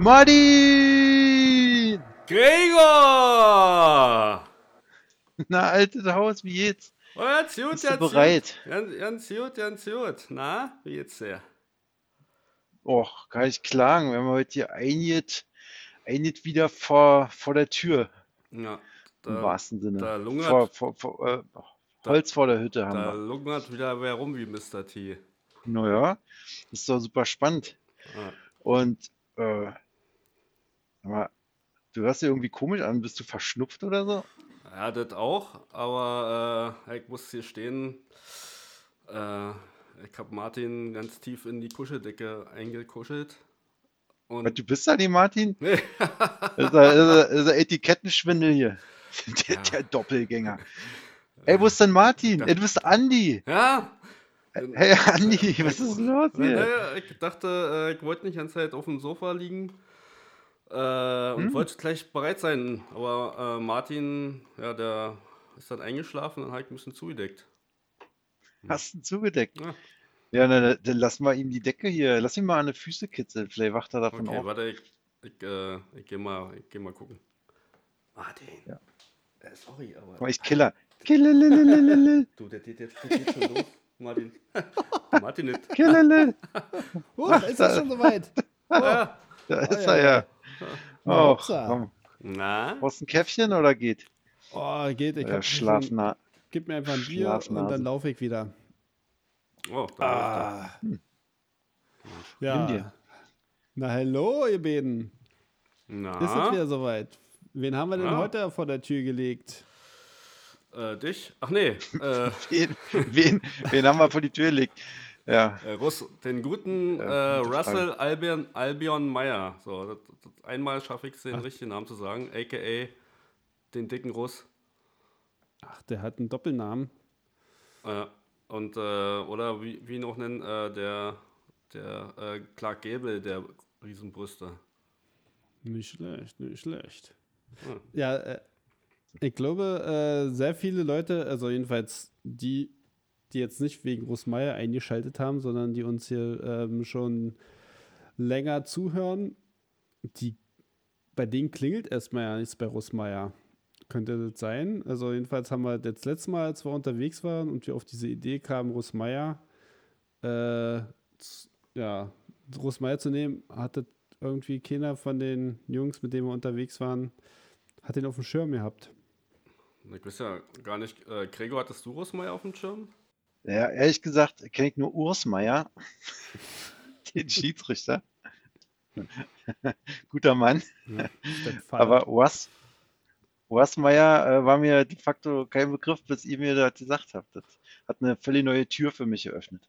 Martin! Gregor! Na, altes Haus, wie geht's? Oh, ganz gut, Bist du ganz bereit? gut. Ganz gut. Na, wie geht's dir? Och, kann ich klagen. Wir haben heute hier einiges wieder vor der Tür, Ja, im da, wahrsten Sinne. da lungert, da, Holz vor der Hütte haben da wir. lungert wieder wer rum wie Mr. T. Naja, ist doch super spannend. Ah, Und, aber du hörst dich irgendwie komisch an. Bist du verschnupft oder so? ja, das auch, aber ich muss hier stehen. Äh, ich hab Martin ganz tief in die Kuscheldecke eingekuschelt. Was, Und du bist da nicht, Martin? nee, Das ist ein Etikettenschwindel hier. ja, Der Doppelgänger. Ey, wo ist denn Martin? Ey, da, du bist Andi. ja. Hey, Andi, was ist Ich, los hier? naja, ich dachte, ich wollte nicht die ganze Zeit auf dem Sofa liegen und Hm? wollte gleich bereit sein. Aber Martin, ja, der ist dann eingeschlafen und hat ein bisschen zugedeckt. Hast du zugedeckt? Ja, Ja, dann lass mal ihm die Decke hier. Lass ihn mal an die Füße kitzeln. Vielleicht wacht er davon okay, auf. warte, ich geh mal gucken. Martin, Ja. sorry, aber. Guck mal, ich killer. Killelelelelele. Du, das geht schon los, Martin. Martin nicht. Killele. Huch, Ach, ist das schon soweit? Oh, Ja, da oh ist ja, er ja. ja. Na, Oh, hopsa. komm. na? Brauchst du ein Käffchen oder geht? Oh, geht, ich hab schon. Schlafna Gib mir einfach ein Bier und dann Schlafnase. laufe ich wieder. Oh, da läuft er. Ah, Nimm dir. ja. Na, hallo, ihr beiden. Ist es Na? wieder soweit? Wen haben wir denn Ja. heute vor der Tür gelegt? Dich? Ach nee, Wen haben wir vor die Tür gelegt? Ja, Den guten gute Frage. Russell Albion Meyer. So, einmal schaffe ich es, den richtigen Namen zu sagen, a.k.a. den dicken Russ. Ach, der hat einen Doppelnamen. Oder wie ihn auch nennen, der Clark Gable, der Riesenbrüste. Nicht schlecht, nicht schlecht. Ja. Ja, ich glaube, sehr viele Leute, also jedenfalls die jetzt nicht wegen Russmeier eingeschaltet haben, sondern die uns hier schon länger zuhören, bei denen klingelt erstmal ja nichts bei Russmeier. Könnte das sein? Also jedenfalls haben wir das letzte Mal, als wir unterwegs waren und wir auf diese Idee kamen, Russmeier ja, Russmeier zu nehmen, hatte irgendwie keiner von den Jungs, mit denen wir unterwegs waren, hat den auf dem Schirm gehabt. Ich weiß ja gar nicht, Gregor, hattest du Russmeier auf dem Schirm? Ja, ehrlich gesagt kenne ich nur Urs Meier, den Schiedsrichter. Guter Mann. Ja, Stepfather. Aber Urs Meier war mir de facto kein Begriff, bis ihr mir das gesagt habt. Das hat eine völlig neue Tür für mich eröffnet.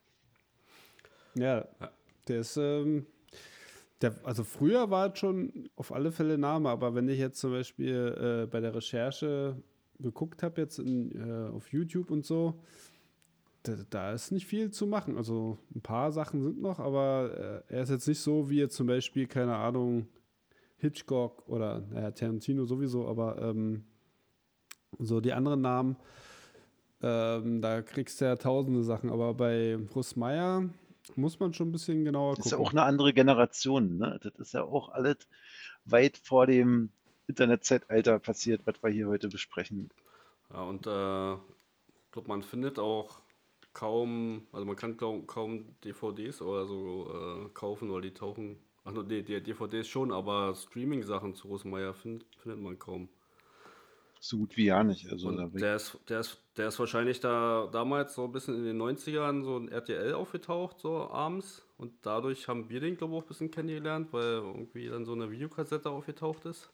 Ja, der ist, also früher war es schon auf alle Fälle Name, aber wenn ich jetzt zum Beispiel bei der Recherche geguckt habe, jetzt auf YouTube und so, da ist nicht viel zu machen. Also ein paar Sachen sind noch, aber er ist jetzt nicht so wie jetzt zum Beispiel, keine Ahnung, Hitchcock oder Tarantino sowieso, aber so die anderen Namen, da kriegst du ja tausende Sachen, aber bei Russ Meyer muss man schon ein bisschen genauer Das ist ja gucken. auch eine andere Generation, ne? Das ist ja auch alles weit vor dem Internetzeitalter passiert, was wir hier heute besprechen. Ja, und ich glaube, man findet auch kaum, also man kann kaum DVDs oder so kaufen, weil die tauchen. Ach no, nee, die DVDs schon, aber Streaming-Sachen zu Russmeier findet man kaum. So gut wie ja nicht. Also da Und bin ich, der ist wahrscheinlich damals so ein bisschen in den 90ern so ein RTL aufgetaucht, so abends. Und dadurch haben wir den, glaube ich, auch ein bisschen kennengelernt, weil irgendwie dann so eine Videokassette aufgetaucht ist.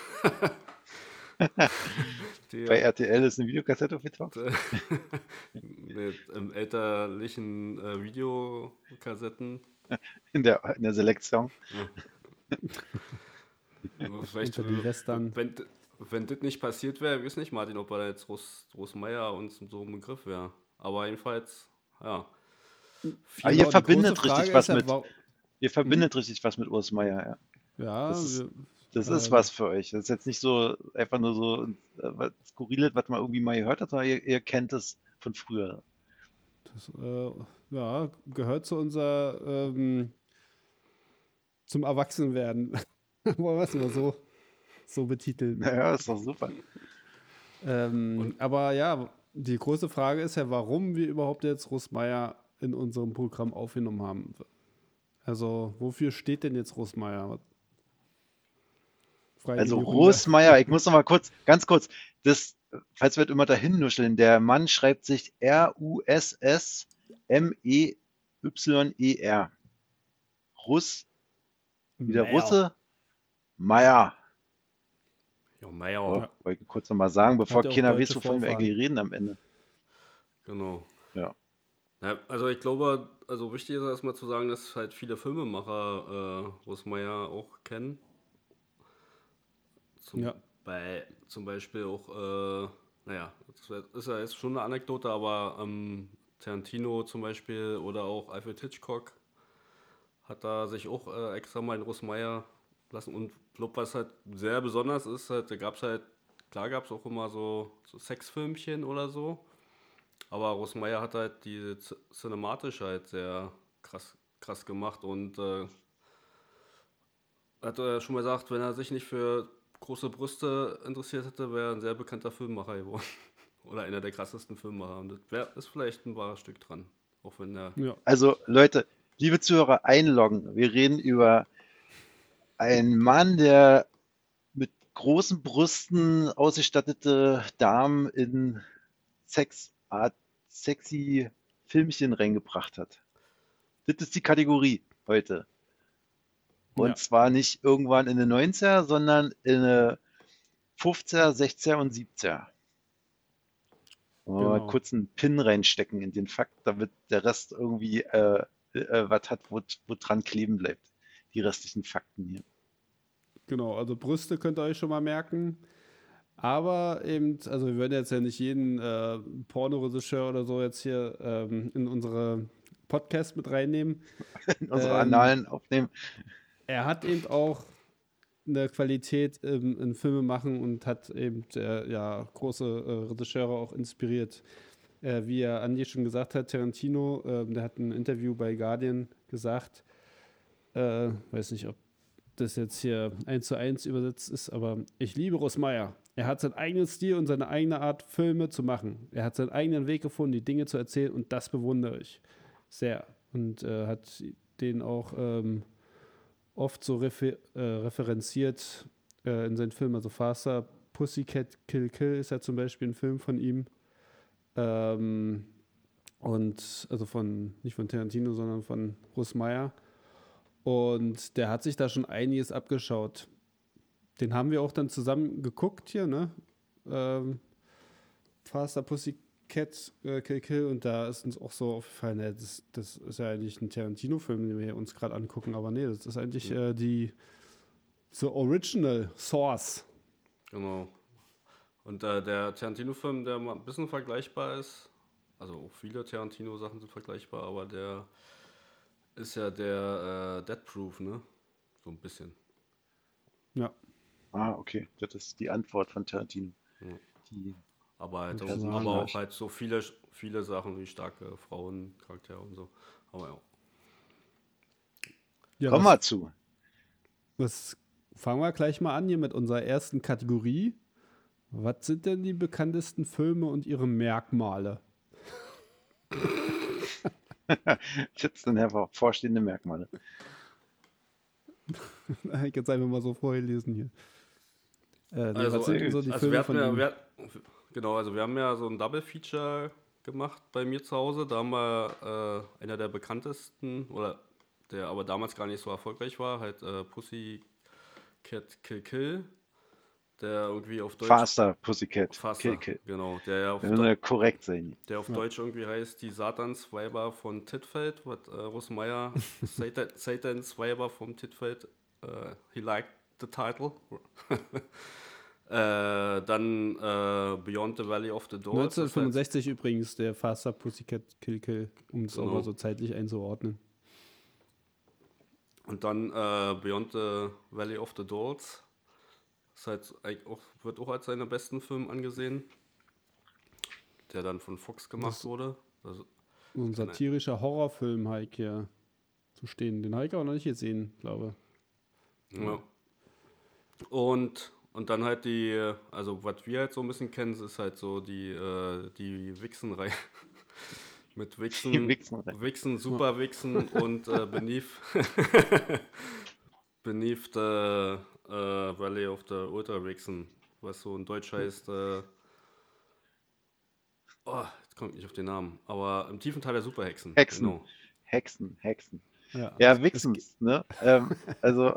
Die bei RTL ist eine Videokassette aufgetaucht. mit elterlichen Videokassetten. In der Selektion. Vielleicht, Unter den Western. wenn das nicht passiert wäre, ich weiß nicht, Martin, ob er jetzt Russmeier uns so ein Begriff wäre. Aber jedenfalls, ja. Aber Genau, ihr die verbindet große Frage richtig was ist ja, mit. Ihr verbindet richtig was mit Urs Meier, ja. ja, Das ist was für euch. Das ist jetzt nicht so einfach nur so was Skurriles, was man irgendwie mal gehört hat, sondern ihr kennt es von früher. das ja, gehört zu unserer zum Erwachsenwerden. Wollen wir es mal so betiteln. Naja, ist doch super. Aber ja, die große Frage ist ja, warum wir überhaupt jetzt Russmeier in unserem Programm aufgenommen haben. Also, wofür steht denn jetzt Russmeier? Also Freiwillige Runde. Russmeier, ich muss noch mal ganz kurz, das, falls wir das immer dahin nuscheln, der Mann schreibt sich Russmeier. Russ, wie der Meier. Russe, Meier. Ja, Meier. So, wollte ich kurz noch mal sagen, bevor ja auch keiner weiß, deutsche wovon wir Vorfahren. eigentlich reden am Ende. Genau. Ja. Ja, also ich glaube, also wichtig ist erstmal zu sagen, dass halt viele Filmemacher Russmeier auch kennen. Ja. Zum Beispiel auch, naja, ist ja jetzt schon eine Anekdote, aber Tarantino zum Beispiel oder auch Alfred Hitchcock hat da sich auch extra mal in Russmeier lassen. Und ich glaube, was halt sehr besonders ist, halt, da gab es halt, klar gab es auch immer so Sexfilmchen oder so, aber Russmeier hat halt die cinematisch halt sehr krass gemacht und hat er schon mal gesagt, wenn er sich nicht für große Brüste interessiert hätte, wäre er ein sehr bekannter Filmemacher geworden. Oder einer der krassesten Filmemacher. Und das ist vielleicht ein wahres Stück dran. Auch wenn er. Ja. Also Leute, liebe Zuhörer, einloggen. Wir reden über einen Mann, der mit großen Brüsten ausgestattete Damen in sexy Filmchen reingebracht hat. Das ist die Kategorie heute. Und Ja. zwar nicht irgendwann in den 90er, sondern in den 50er, 60er und 70er. Mal Genau. kurz einen Pin reinstecken in den Fakt, damit der Rest irgendwie was hat, wo dran kleben bleibt. Die restlichen Fakten hier. Genau, also Brüste könnt ihr euch schon mal merken. Aber eben, also wir würden jetzt ja nicht jeden Pornoregisseur oder so jetzt hier in unsere Podcast mit reinnehmen. In unsere Annalen aufnehmen. Er hat eben auch eine Qualität in Filme machen und hat eben ja, große Regisseure auch inspiriert. Wie ja Andi schon gesagt hat, Tarantino, der hat ein Interview bei Guardian gesagt, weiß nicht, ob das jetzt hier 1:1 übersetzt ist, aber ich liebe Russmeier. Er hat seinen eigenen Stil und seine eigene Art, Filme zu machen. Er hat seinen eigenen Weg gefunden, die Dinge zu erzählen und das bewundere ich sehr. Und hat den auch oft so referenziert in seinen Filmen. Also Faster Pussycat Kill Kill ist ja zum Beispiel ein Film von ihm. Und also nicht von Tarantino, sondern von Russmeier. Und der hat sich da schon einiges abgeschaut. Den haben wir auch dann zusammen geguckt hier, ne? Faster Pussycat Kill Kill. Und da ist uns auch so aufgefallen, das ist ja eigentlich ein Tarantino-Film, den wir uns gerade angucken. Aber nee, das ist eigentlich die Original Source. Genau. Und der Tarantino-Film, der mal ein bisschen vergleichbar ist, also auch viele Tarantino-Sachen sind vergleichbar, aber der ist ja der Death Proof, ne? So ein bisschen. Ja. Ah, okay. Das ist die Antwort von Tarantino. Ja. Die Aber halt auch, Personal- aber auch halt so viele Sachen wie starke Frauencharaktere und so. Aber ja. Ja, Komm mal zu. fangen wir gleich mal an hier mit unserer ersten Kategorie. Was sind denn die bekanntesten Filme und ihre Merkmale? Das sind hervorstehende Merkmale. Ich kann es einfach mal so vorlesen hier. Also, was sind denn so die Also Filme von ihm? wir haben ja so ein Double Feature gemacht bei mir zu Hause. Da haben wir einer der bekanntesten, oder der aber damals gar nicht so erfolgreich war, halt Pussycat Kill Kill, der irgendwie auf Deutsch Faster Pussycat. Faster, Kill. genau, der auf, Wir müssen ja korrekt sein. der auf Deutsch irgendwie heißt die Satansweiber von Titfeld, was Russmeier Satansweiber vom Titfeld, he liked the title. Dann Beyond the Valley of the Dolls. 1965 übrigens, der Faster Pussycat Kill Kill, um es auch Genau. mal so zeitlich einzuordnen. Und dann Beyond the Valley of the Dolls. Ist halt eigentlich wird auch als seiner besten Film angesehen. Der dann von Fox gemacht wurde. Also, So ein satirischer Horrorfilm, Heike, ja, zu stehen. Den habe ich auch noch nicht gesehen, glaube ich. Ja. Und dann halt also was wir halt so ein bisschen kennen, ist halt so die Wixen-Reihe. Mit Die Wixen, Wichsen. Wixen, Super Wixen und Beneath the Valley of the Ultra Wixen, was so in Deutsch heißt, jetzt kommt nicht auf den Namen, aber im tiefen Teil der Superhexen, Hexen. genau. Hexen. Ja, Ja, es geht. Wixens, ne? Also,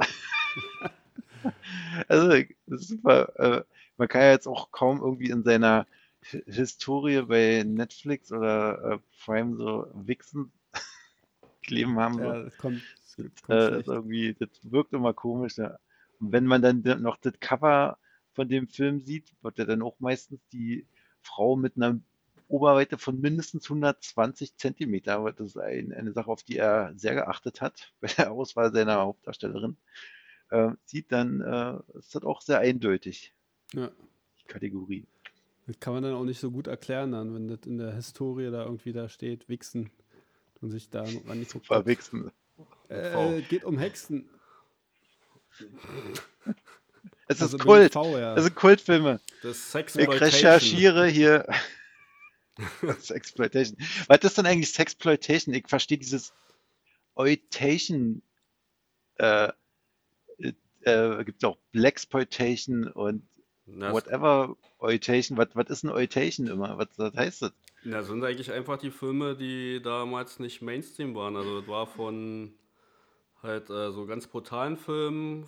also, das ist super. Man kann ja jetzt auch kaum irgendwie in seiner Historie bei Netflix oder Prime so Wixen kleben haben. So. Ja, es Das, kommt ist schlecht. irgendwie, das wirkt immer komisch. Ja. Und wenn man dann noch das Cover von dem Film sieht, wird ja dann auch meistens die Frau mit einer Oberweite von mindestens 120 Zentimeter. Aber das ist eine Sache, auf die er sehr geachtet hat bei der Auswahl seiner Hauptdarstellerin. Sieht, dann ist das auch sehr eindeutig, Ja. die Kategorie. Das kann man dann auch nicht so gut erklären, dann, wenn das in der Historie da irgendwie da steht, Wichsen, und sich da noch angeguckt Super hat. Wixen. Mit V. Geht um Hexen. Es Also ist mit Kult. V, ja. Es sind Kultfilme. Das Ich Sexploitation. recherchiere hier. Sexploitation. Was ist denn eigentlich Sexploitation? Ich verstehe dieses Exploitation. Äh, gibt es auch Blaxploitation und Na, whatever Exploitation. Was ist ein Exploitation immer? Was heißt das? na, sind eigentlich einfach die Filme, die damals nicht Mainstream waren. Also das war von halt so ganz brutalen Filmen,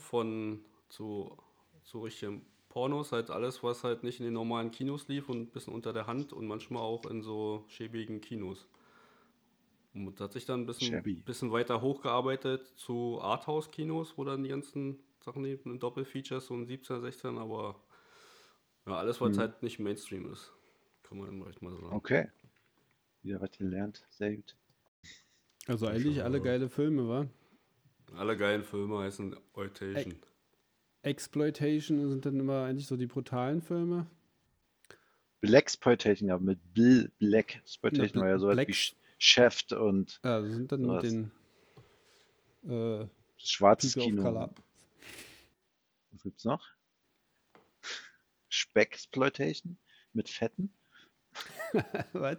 zu richtigen Pornos, halt alles, was halt nicht in den normalen Kinos lief und ein bisschen unter der Hand und manchmal auch in so schäbigen Kinos. Und das hat sich dann ein Shabby. bisschen weiter hochgearbeitet zu Arthouse-Kinos, wo dann die ganzen Sachen liefen in Doppelfeatures, so in 17, 16, aber ja, alles, was Hm. halt nicht Mainstream ist, kann man echt mal so sagen. Okay. Wieder was gelernt. Sehr gut. Also eigentlich alle geile Filme, wa? Alle geilen Filme heißen Exploitation. Exploitation sind dann immer eigentlich so die brutalen Filme. Blaxploitation, ja, mit Black Na, Exploitation war ja sowas wie Blacks, Chef und sind dann mit sowas. den äh, Schwarzes People of Kino. Color. Was gibt's noch? Specksploitation mit Fetten. Was?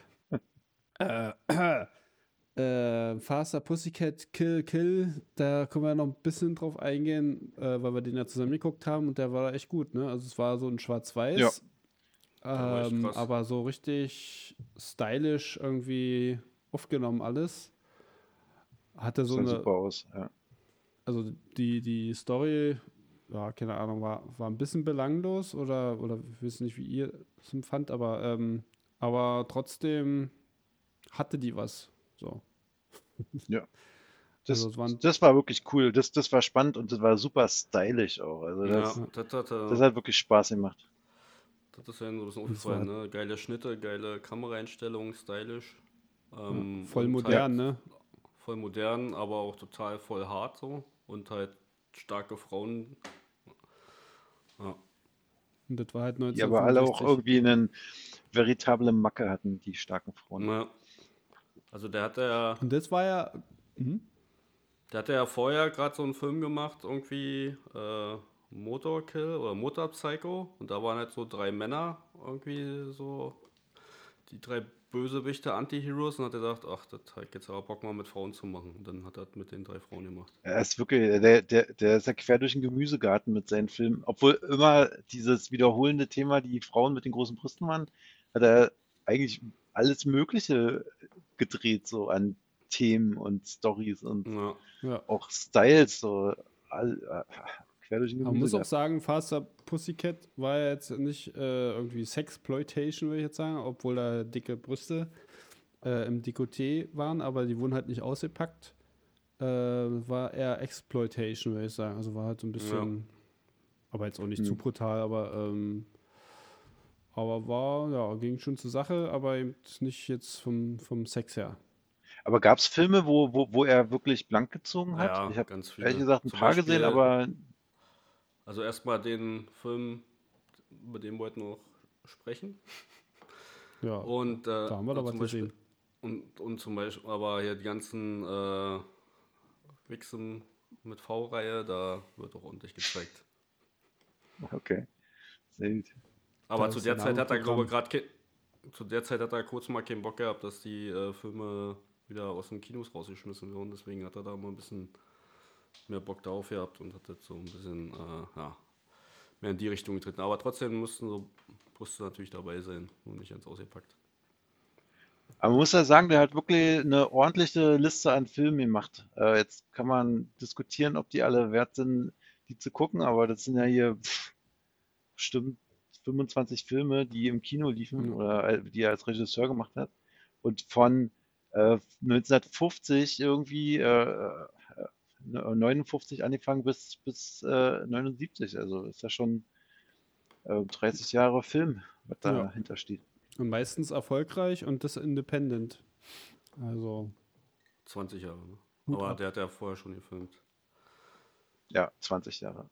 Faster Pussycat Kill Kill, da können wir noch ein bisschen drauf eingehen, weil wir den ja zusammen geguckt haben und der war echt gut, ne? Also es war so ein Ja. Schwarz-Weiß, Der war echt krass. aber so richtig stylisch irgendwie aufgenommen alles. Hatte so Sah eine, super aus. Ja. also die Story, ja, keine Ahnung, war ein bisschen belanglos oder ich weiß nicht, wie ihr es empfand, aber trotzdem hatte die was. So. Ja. Also Das, es waren, das war wirklich cool. Das war spannend und das war super stylisch auch. Also Ja, das hat wirklich Spaß gemacht. das ist ja so ein bisschen und es war aufgefallen, ne? Geile Schnitte, geile Kameraeinstellungen, stylisch. voll Und Ja. halt modern, ne? voll modern, aber auch total voll hart so. Und halt starke Frauen. Ja, Und das war halt Die aber alle auch 1965. irgendwie einen veritable Macke hatten, die starken Frauen. ja. Also Und das war ja, der hatte ja vorher gerade so einen Film gemacht, irgendwie Motorkill oder Motor Psycho. Und da waren halt so drei Männer, irgendwie so die drei Bösewichte, Anti-Heroes. Und hat er gesagt, ach, das hat jetzt aber Bock mal mit Frauen zu machen. Und dann hat er das mit den drei Frauen gemacht. Er ist wirklich, der ist ja quer durch den Gemüsegarten mit seinen Filmen. Obwohl immer dieses wiederholende Thema, die Frauen mit den großen Brüsten waren, hat er eigentlich alles Mögliche gedreht, so an Themen und Stories und Ja, ja. auch Styles, so quer durch den Man muss auch Gemüsegarten. sagen, Faster Pussycat war ja jetzt nicht irgendwie Sexploitation, würde ich jetzt sagen, obwohl da dicke Brüste im Dekolleté waren, aber die wurden halt nicht ausgepackt. War eher Exploitation, würde ich sagen. Also war halt so ein ja. bisschen, aber jetzt auch nicht zu Hm. brutal, aber war, ja, ging schon zur Sache, aber eben nicht jetzt vom Sex her. Aber gab es Filme, wo er wirklich blank gezogen hat? Ja, Ich habe ganz ehrlich viele. gesagt ein Zum paar gesehen, Beispiel, aber also erstmal den Film, über den wollten wir noch sprechen. Ja, Und da haben wir doch was zum Beispiel, gesehen. und zum Beispiel, aber hier die ganzen Wixen, mit V-Reihe, da wird auch ordentlich gezeigt. Okay, sehr gut. Aber Da zu ist der der Zeit Name hat er, glaube ich, Programm. gerade zu der Zeit hat er kurz mal keinen Bock gehabt, dass die Filme wieder aus den Kinos rausgeschmissen wurden. Deswegen hat er da mal ein bisschen mehr Bock darauf gehabt und hat jetzt so ein bisschen ja, mehr in die Richtung getreten. Aber trotzdem mussten so Brüste natürlich dabei sein und nicht ganz ausgepackt. Aber man muss ja sagen, der hat wirklich eine ordentliche Liste an Filmen gemacht. Jetzt kann man diskutieren, ob die alle wert sind, die zu gucken, aber das sind ja hier bestimmt 25 Filme, die im Kino liefen Ja. oder die er als Regisseur gemacht hat. Und von 1950 irgendwie 59 angefangen bis 79. Also ist ja schon 30 Jahre Film, was Ja. dahinter steht. Und meistens erfolgreich und das independent. Also 20 Jahre, ne? Hut Aber ab. der hat ja vorher schon gefilmt. Ja, 20 Jahre.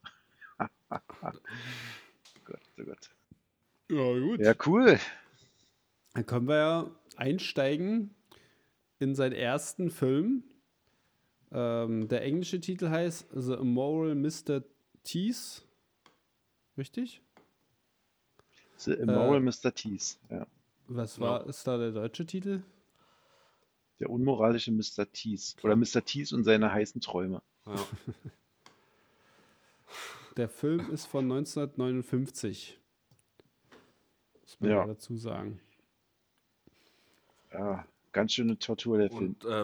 Gott, oh Gott. Ja, gut. Ja, cool. Dann können wir ja einsteigen in seinen ersten Film. Der englische Titel heißt The Immoral Mr. Tease. Richtig? The Immoral Mr. Tease. Ja. Was Ja. ist da der deutsche Titel? Der unmoralische Mr. Tease. Oder Mr. Tease und seine heißen Träume. Ja. Der Film ist von 1959. Muss man Ja. ja dazu sagen. Ja, ganz schöne Tortur, der Film. Und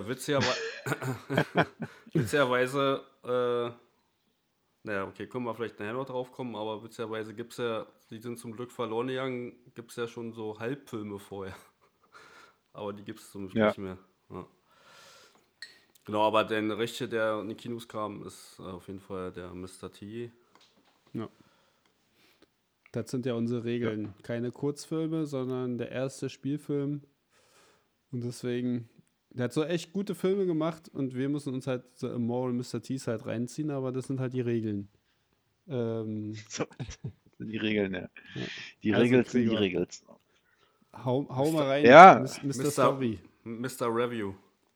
witzigerweise, naja, okay, können wir vielleicht nachher noch drauf kommen, aber witzigerweise gibt es ja, die sind zum Glück verloren gegangen, gibt es ja schon so Halbfilme vorher. Aber die gibt es zum Glück Ja. nicht mehr. Ja. Genau, aber der Richtige, der in die Kinos kam, ist auf jeden Fall der Mr. T. Ja. Das sind ja unsere Regeln. Keine Kurzfilme, sondern der erste Spielfilm. Und deswegen, der hat so echt gute Filme gemacht und wir müssen uns halt The Immoral Mr. Tease halt reinziehen, aber das sind halt die Regeln. So, das sind die Regeln, ja. Die Also, Regeln sind die Gregor. Regeln. hau mal rein, Ja. Mr. Story. Mr. Review.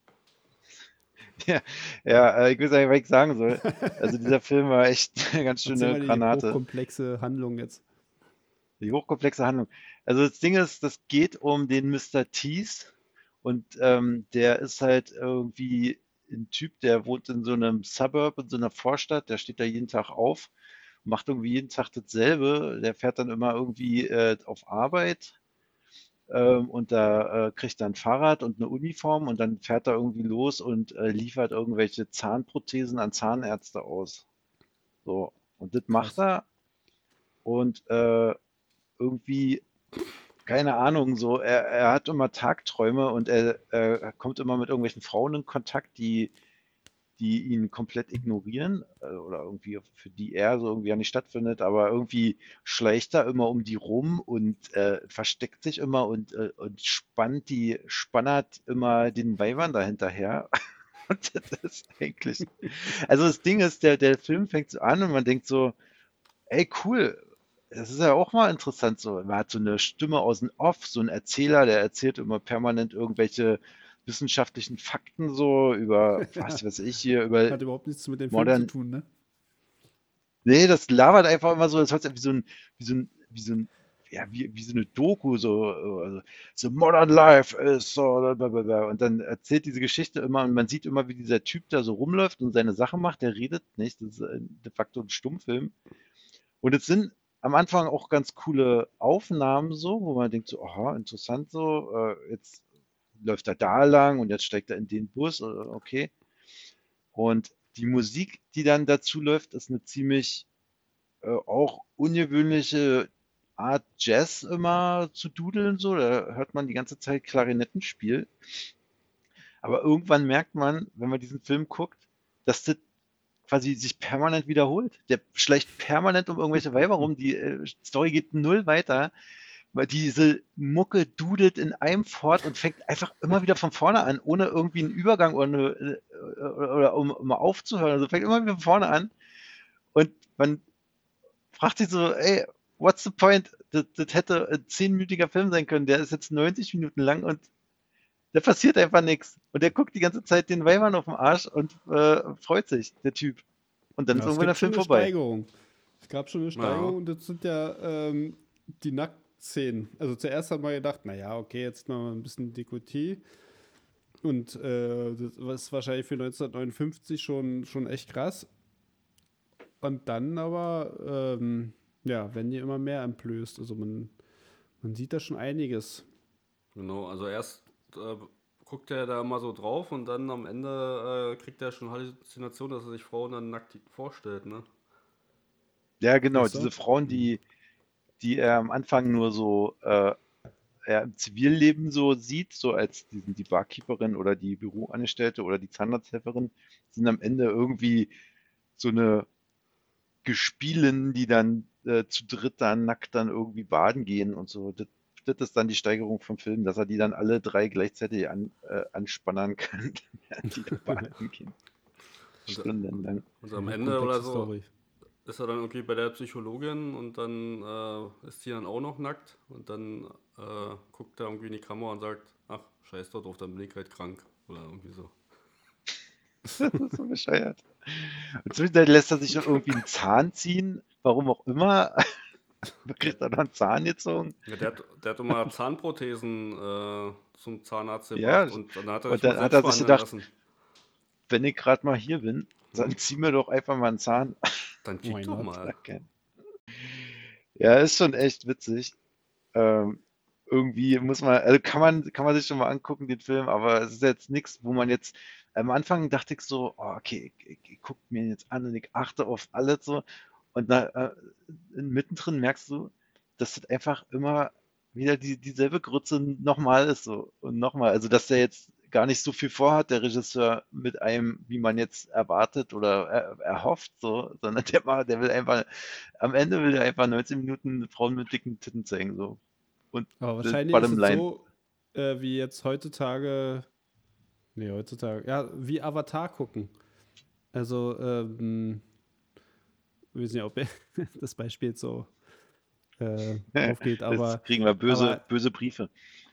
Ja, ich weiß nicht, was ich sagen soll. Also dieser Film war echt eine ganz Erzähl schöne mal die Granate. hochkomplexe Handlung jetzt. Die hochkomplexe Handlung. Also das Ding ist, das geht um den Mr. Tease und der ist halt irgendwie ein Typ, der wohnt in so einem Suburb, in so einer Vorstadt, der steht da jeden Tag auf, macht irgendwie jeden Tag dasselbe. Der fährt dann immer irgendwie auf Arbeit und da kriegt er ein Fahrrad und eine Uniform und dann fährt er irgendwie los und liefert irgendwelche Zahnprothesen an Zahnärzte aus. So, und das macht Krass. er und irgendwie, keine Ahnung, so, er hat immer Tagträume und er kommt immer mit irgendwelchen Frauen in Kontakt, die ihn komplett ignorieren oder irgendwie für die er so irgendwie ja nicht stattfindet, aber irgendwie schleicht er immer um die rum und versteckt sich immer und spannert immer den Weibern da hinterher. Und das ist eigentlich, also das Ding ist, der Film fängt so an und man denkt so, ey, cool, das ist ja auch mal interessant so. Man hat so eine Stimme aus dem Off, so ein Erzähler, der erzählt immer permanent irgendwelche wissenschaftlichen Fakten so über, was weiß ich hier, über Hat überhaupt nichts mit dem Film modern. zu tun, ne? Nee, das labert einfach immer so, das hört sich an wie so eine Doku, so Modern Life ist so, blablabla. Und dann erzählt diese Geschichte immer und man sieht immer, wie dieser Typ da so rumläuft und seine Sache macht, der redet nicht, das ist de facto ein Stummfilm. Und es sind am Anfang auch ganz coole Aufnahmen so, wo man denkt so, aha, interessant so, jetzt läuft er da lang und jetzt steigt er in den Bus, okay. Und die Musik, die dann dazu läuft, ist eine ziemlich auch ungewöhnliche Art Jazz immer zu dudeln so. Da hört man die ganze Zeit Klarinettenspiel. Aber irgendwann merkt man, wenn man diesen Film guckt, dass das quasi sich permanent wiederholt. Der schleicht permanent um irgendwelche Weiber rum. Die Story geht null weiter, weil diese Mucke dudelt in einem fort und fängt einfach immer wieder von vorne an, ohne irgendwie einen Übergang oder um mal aufzuhören. Also fängt immer wieder von vorne an. Und man fragt sich so, ey, what's the point? Das hätte ein 10-minütiger Film sein können. Der ist jetzt 90 Minuten lang und da passiert einfach nichts. Und der guckt die ganze Zeit den Weibern auf den Arsch und freut sich, der Typ. und dann ist Ja, es irgendwann der gibt schon Film eine vorbei. Steigerung. Es gab schon eine Ja. Steigerung und das sind ja die Nacktszenen. Also zuerst haben wir gedacht, naja, okay, jetzt mal ein bisschen Dekolleté. Und das war wahrscheinlich für 1959 schon echt krass. Und dann aber, ja, werden die immer mehr entblößt. Also man sieht da schon einiges. Genau, also erst guckt er da mal so drauf und dann am Ende kriegt er schon Halluzinationen, dass er sich Frauen dann nackt vorstellt, ne? Ja, genau, Ach so. diese Frauen, die er am Anfang nur so er im Zivilleben so sieht, so als die Barkeeperin oder die Büroangestellte oder die Zahnarzthelferin, sind am Ende irgendwie so eine Gespielinnen, die dann zu dritt dann nackt dann irgendwie baden gehen und so. Das ist dann die Steigerung vom Film, dass er die dann alle drei gleichzeitig anspannen kann, während die da baden gehen. Und, Stundenlang. und am Eine Ende oder komplexe so Story. ist er dann irgendwie bei der Psychologin und dann ist sie dann auch noch nackt und dann guckt er irgendwie in die Kamera und sagt, ach, scheiß doch drauf, dann bin ich halt krank oder irgendwie so. Das ist so bescheuert. Und zwischendurch lässt er sich noch irgendwie einen Zahn ziehen, warum auch immer. Kriegt er noch einen Zahn gezogen? Ja, der hat immer Zahnprothesen zum Zahnarzt Ja, gebracht und dann hat er und sich mal dann hat selbst er sich behandeln gedacht, lassen. wenn ich gerade mal hier bin, dann zieh mir doch einfach mal einen Zahn. Dann Why kick doch not? mal. Ja, ist schon echt witzig. Ähm, irgendwie muss man, also kann man sich schon mal angucken, den Film, aber es ist jetzt nichts, wo man jetzt, am Anfang dachte ich so, oh, okay, ich gucke mir ihn jetzt an und ich achte auf alles so. Und mittendrin merkst du, dass das einfach immer wieder dieselbe Grütze nochmal ist so und nochmal. Also dass der jetzt gar nicht so viel vorhat, der Regisseur mit einem, wie man jetzt erwartet oder erhofft, so, sondern der will einfach, am Ende will er einfach 19 Minuten Frauen mit dicken Titten zeigen, so. Und Aber das wahrscheinlich ist bottom es line. so, wie jetzt heutzutage, ja, wie Avatar gucken. Also, ich weiß nicht, ob das Beispiel jetzt so aufgeht, Jetzt kriegen wir aber böse Briefe.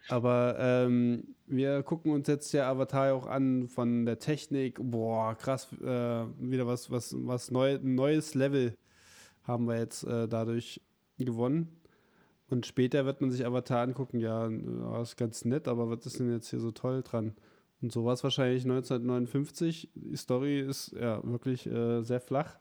wir gucken uns jetzt ja Avatar auch an von der Technik. Boah, krass, wieder was neues Level haben wir jetzt dadurch gewonnen. Und später wird man sich Avatar angucken, ja, ist ganz nett, aber was ist denn jetzt hier so toll dran? Und so war es wahrscheinlich 1959. Die Story ist ja wirklich sehr flach.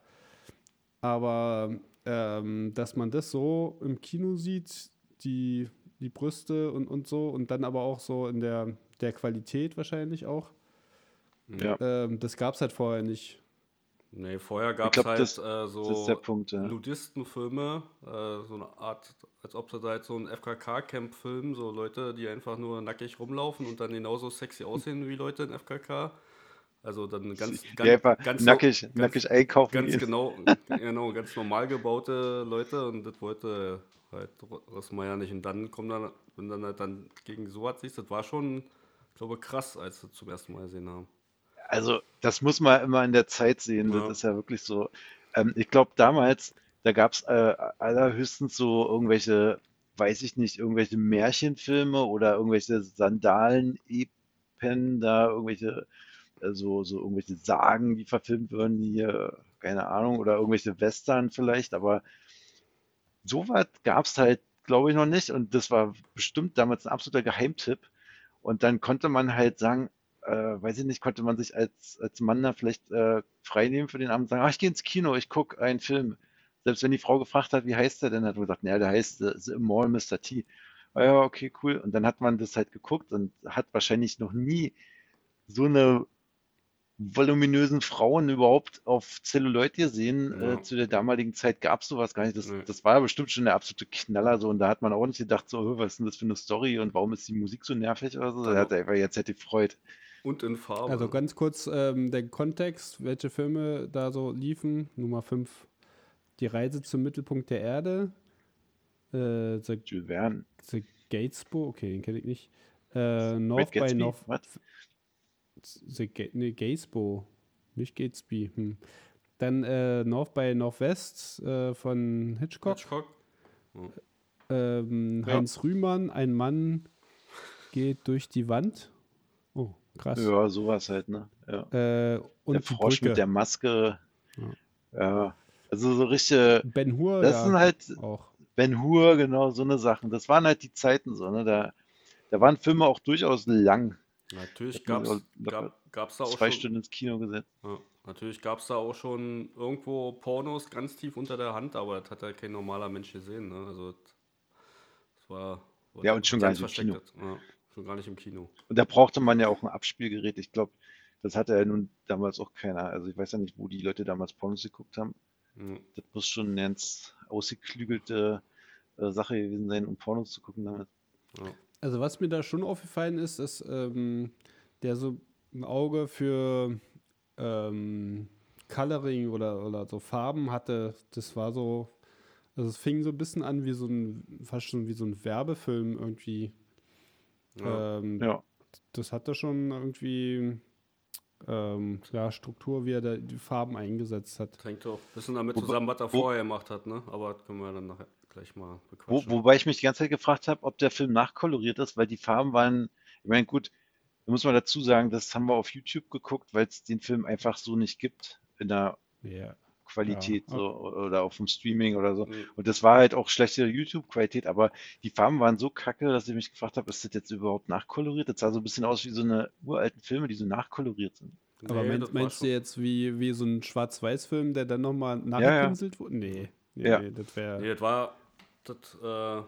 Aber dass man das so im Kino sieht, die Brüste und so, und dann aber auch so in der Qualität wahrscheinlich auch, Ja, das gab es halt vorher nicht. Nee, vorher ich gab es glaube, halt das ist der so Punkt, ja. Nudistenfilme, so eine Art, als ob sie da halt so ein FKK-Camp filmen, so Leute, die einfach nur nackig rumlaufen und dann genauso sexy aussehen wie Leute in FKK. Also dann Die einfach ganz, nackig einkaufen ganz gehen. genau, ganz normal gebaute Leute und das wollte halt Rossmeier nicht. Und dann kommt dann, wenn dann halt dann gegen sowas siehst, das war schon, ich glaube, krass, als wir das zum ersten Mal gesehen haben. Also, das muss man immer in der Zeit sehen. Das Ja. ist ja wirklich so. Ich glaube, damals, da gab es allerhöchstens so irgendwelche, weiß ich nicht, irgendwelche Märchenfilme oder irgendwelche Sandalen-Epen, da irgendwelche, so irgendwelche Sagen, die verfilmt würden, hier, keine Ahnung, oder irgendwelche Western vielleicht, aber so was gab es halt, glaube ich, noch nicht. Und das war bestimmt damals ein absoluter Geheimtipp. Und dann konnte man halt sagen, weiß ich nicht, konnte man sich als Mann da vielleicht frei nehmen für den Abend und sagen, ach, ich gehe ins Kino, ich gucke einen Film. Selbst wenn die Frau gefragt hat, wie heißt der denn, hat man gesagt, naja, der heißt The Immoral Mr. T. Ah ja, okay, cool. Und dann hat man das halt geguckt und hat wahrscheinlich noch nie so eine voluminösen Frauen überhaupt auf Zelluloid gesehen. Ja. Zu der damaligen Zeit gab es sowas gar nicht. Das, Nee. das war ja bestimmt schon der absolute Knaller so. Und da hat man auch nicht gedacht, so, was ist denn das für eine Story und warum ist die Musik so nervig oder so. Da hat er einfach jetzt hätte gefreut. Und in Farbe. Also ganz kurz der Kontext, welche Filme da so liefen. Nummer 5, Die Reise zum Mittelpunkt der Erde. Jules Verne. The Gatesbo, okay, den kenne ich nicht. Great North by Gatsby? North. Was? Gatesbo, nicht Gatesby. Dann North by Northwest von Hitchcock. Ja. Heinz Rühmann, ein Mann geht durch die Wand. Oh, krass. Ja, sowas halt, ne? Ja. Und Der die Frosch Brücke. mit der Maske. Ja, also so richtige, Ben-Hur, das sind ja, halt auch. Ben-Hur, genau, so eine Sachen. Das waren halt die Zeiten so, ne? Da waren Filme auch durchaus lang. Da Natürlich hat man sich auch gab's da auch 2 Stunden ins Kino gesetzt. ja, natürlich gab's da auch schon irgendwo Pornos ganz tief unter der Hand, aber das hat ja kein normaler Mensch gesehen, ne? Also das war Ja, und schon gar ganz nicht im versteckt, Kino. das, ja, schon gar nicht im Kino. Und da brauchte man ja auch ein Abspielgerät. Ich glaube, das hatte ja nun damals auch keiner. Also ich weiß ja nicht, wo die Leute damals Pornos geguckt haben. Ja, Das muss schon eine ganz ausgeklügelte Sache gewesen sein, um Pornos zu gucken damals. ja. Also was mir da schon aufgefallen ist, dass der so ein Auge für ähm, Coloring oder so Farben hatte. Das war so, also es fing so ein bisschen an wie fast schon wie so ein Werbefilm irgendwie. Ja, Ähm, Ja. Das hatte schon irgendwie ja, Struktur, wie er da die Farben eingesetzt hat. das hängt auch ein bisschen damit Wobei, zusammen, was er wo, vorher gemacht hat, ne? Aber das können wir dann nachher gleich mal wo, bequatschen. wobei ich mich die ganze Zeit gefragt habe, ob der Film nachkoloriert ist, weil die Farben waren, ich meine, gut, da muss man dazu sagen, das haben wir auf YouTube geguckt, weil es den Film einfach so nicht gibt in der Ja, ja. Qualität so oder auf dem Streaming oder so. Hm, Und das war halt auch schlechte YouTube-Qualität, aber die Farben waren so kacke, dass ich mich gefragt habe, ist das jetzt überhaupt nachkoloriert? Das sah so ein bisschen aus wie so eine uralten Filme, die so nachkoloriert sind. Aber nee, das war meinst du schon. jetzt wie so ein Schwarz-Weiß-Film, der dann nochmal Ja, ja, nachgepinselt wurde? ja, Nee, das wäre. Nee, das, ja,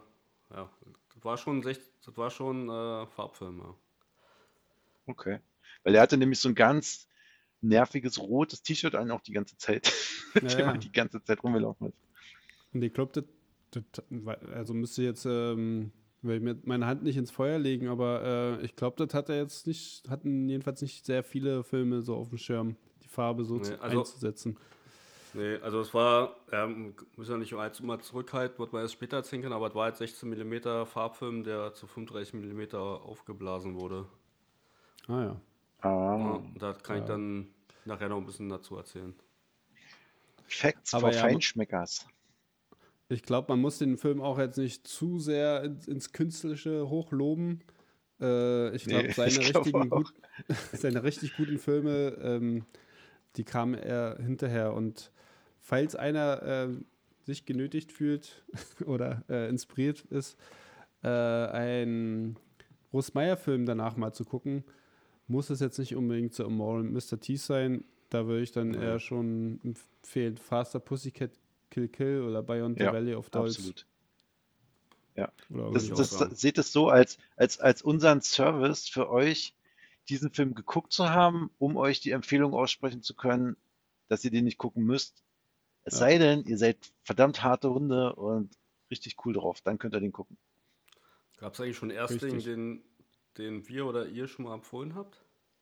das war schon Farbfilm, ja. okay. Weil er hatte nämlich so ein ganz nerviges rotes T-Shirt an, auch die ganze Zeit, mit dem er Ja. die ganze Zeit rumgelaufen ist. Und ich glaube, also müsste jetzt, will ich mir meine Hand nicht ins Feuer legen, aber ich glaube, das hat er jetzt nicht, hatten jedenfalls nicht sehr viele Filme so auf dem Schirm, die Farbe so Nee, einzusetzen. also es war, müssen ja nicht als immer zurückhalten, wird man erst später erzählen können, aber es war halt 16 mm Farbfilm, der zu 35 mm aufgeblasen wurde. Ah ja. Ja, Ah, und da kann ich Ja. dann nachher noch ein bisschen dazu erzählen. Facts Aber for ja, Feinschmeckers. ich glaube, man muss den Film auch jetzt nicht zu sehr ins Künstlerische hochloben. Ich glaube, Nee, ich glaube auch. seine richtig guten Filme, die kamen eher hinterher. Und falls einer sich genötigt fühlt oder inspiriert ist, einen Urs Meyer-Film danach mal zu gucken, muss es jetzt nicht unbedingt so Immoral Mr. T sein. Da würde ich dann Nee. eher schon empfehlen, Faster Pussycat Kill Kill oder Beyond the Ja, Valley of Dolls. absolut. Ja. Oder Würde Das, ich irgendwie auch so. sagen. seht es so als unseren Service für euch, diesen Film geguckt zu haben, um euch die Empfehlung aussprechen zu können, dass ihr den nicht gucken müsst. Es Ja, sei denn, ihr seid verdammt harte Hunde und richtig cool drauf, dann könnt ihr den gucken. Gab es eigentlich schon Erstling, richtig. den wir oder ihr schon mal empfohlen habt?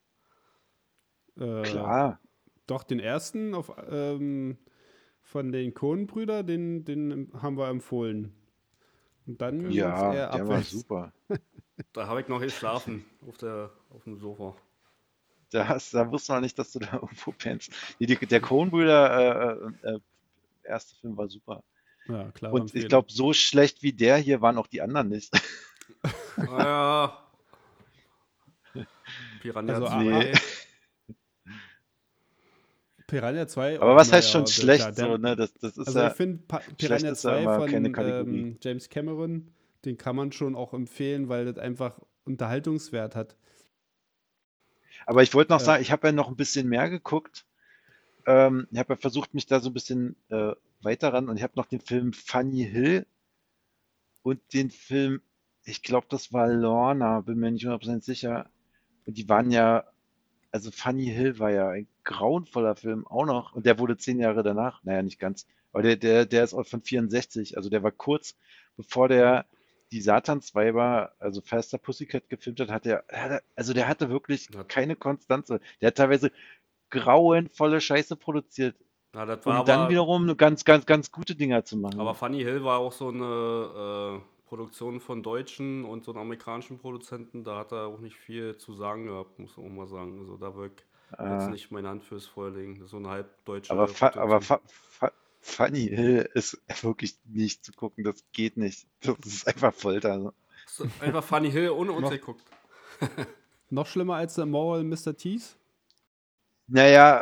Äh, Klar, doch, den ersten von den Coen-Brüder, den haben wir empfohlen. Und dann Okay. ging es ja, eher der war abwärts. super. Da habe ich noch geschlafen auf dem Sofa. Da wusste man nicht, dass du da irgendwo pennst. Nee, der Coen-Brüder erste Film war super. Ja, klare Und ich Empfehlung. glaube, so schlecht wie der hier waren auch die anderen nicht. Naja, Piranha Also Nee. 2. Piranha 2 Aber auch, was heißt schon naja, schlecht so, ne? Das ist also ich ja, finde schlecht Piranha ist ja 2 immer keine von Kategorie. James Cameron, den kann man schon auch empfehlen, weil das einfach Unterhaltungswert hat. Aber ich wollte noch Äh, sagen, ich habe ja noch ein bisschen mehr geguckt. Ich habe ja versucht, mich da so ein bisschen weiter ran und ich habe noch den Film Funny Hill und den Film, ich glaube, das war Lorna, bin mir nicht 100% sicher. Und die waren ja, also Funny Hill war ja ein grauenvoller Film auch noch und der wurde 10 Jahre danach, naja, nicht ganz, aber der ist auch von 64, also der war kurz bevor der die Satansweiber, also Faster Pussycat gefilmt hat, also der hatte wirklich Na, keine Konstanz. Der hat teilweise grauenvolle Scheiße produziert, na, das war um dann wiederum ganz, ganz, ganz gute Dinger zu aber machen. Funny Hill war auch so eine Produktion von deutschen und so einen amerikanischen Produzenten. Da hat er auch nicht viel zu sagen gehabt, muss man auch mal sagen. Also da wirkt jetzt Äh, nicht meine Hand fürs Feuer legen. Das ist so eine halb deutsche aber Produktion. Funny Hill ist wirklich nicht zu gucken, das geht nicht. Das ist einfach Folter. Hast du einfach Funny Hill ohne uns Noch- geguckt? Noch schlimmer als The Moral Mr. Tees? Naja,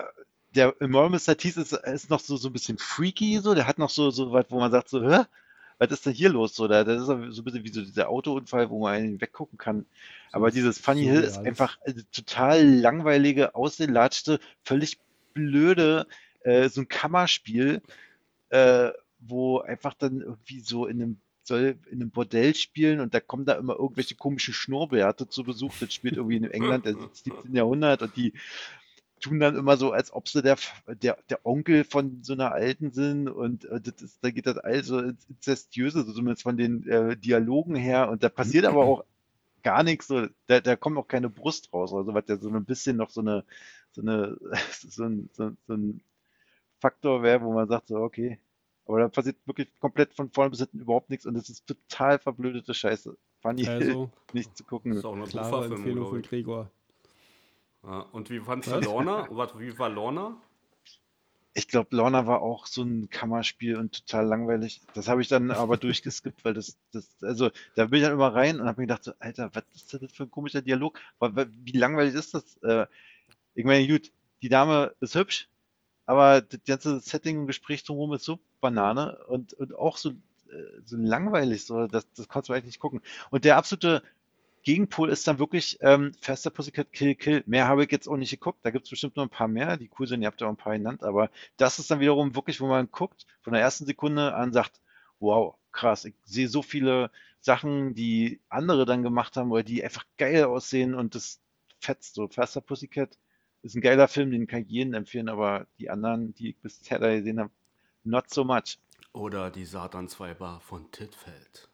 der Immortal Mr. Tease ist noch so ein bisschen freaky, so. Der hat noch so was, wo man sagt so, hä? Was ist denn hier los? So, das ist so ein bisschen wie so dieser Autounfall, wo man ihn weggucken kann. So Aber dieses Funny Hill ist surreales. einfach total langweilige, ausgelatschte, völlig blöde, so ein Kammerspiel, wo einfach dann irgendwie so soll in einem Bordell spielen und da kommen da immer irgendwelche komischen Schnurrbärte zu Besuch. Das spielt irgendwie in England, das 17. Jahrhundert und die tun dann immer so, als ob sie der Onkel von so einer Alten sind und da geht das also ins Inzestiöse, so zumindest von den Dialogen her und da passiert aber auch gar nichts, so, da kommt auch keine Brust raus, also was ja so ein bisschen noch so eine, so ein Faktor wäre, wo man sagt so, okay, aber da passiert wirklich komplett von vorne bis hinten überhaupt nichts und es ist total verblödete Scheiße. Funny Hill Also, nicht zu Das gucken. ist auch eine klare Buchverfilmung, Empfehlung glaube von ich. Gregor. Ja, und wie fandst du Was? Lorna? Wie war Lorna? Ich glaube, Lorna war auch so ein Kammerspiel und total langweilig. Das habe ich dann aber durchgeskippt, weil also da bin ich dann immer rein und habe mir gedacht, so, Alter, was ist das für ein komischer Dialog? Wie langweilig ist das? Ich meine, gut, die Dame ist hübsch, aber das ganze Setting und Gespräch drumherum ist so Banane und auch so langweilig, so, das konntest du eigentlich nicht gucken. Und der absolute Gegenpol ist dann wirklich Faster Pussycat Kill Kill. Mehr habe ich jetzt auch nicht geguckt. Da gibt es bestimmt noch ein paar mehr, die cool sind. Ihr habt ja auch ein paar genannt. Aber das ist dann wiederum wirklich, wo man guckt, von der ersten Sekunde an sagt, wow, krass, ich sehe so viele Sachen, die andere dann gemacht haben, oder die einfach geil aussehen und das fetzt so. Faster Pussycat ist ein geiler Film, den kann ich jedem empfehlen, aber die anderen, die ich bisher da gesehen habe, not so much. Oder die Satansweiber von Titfeld.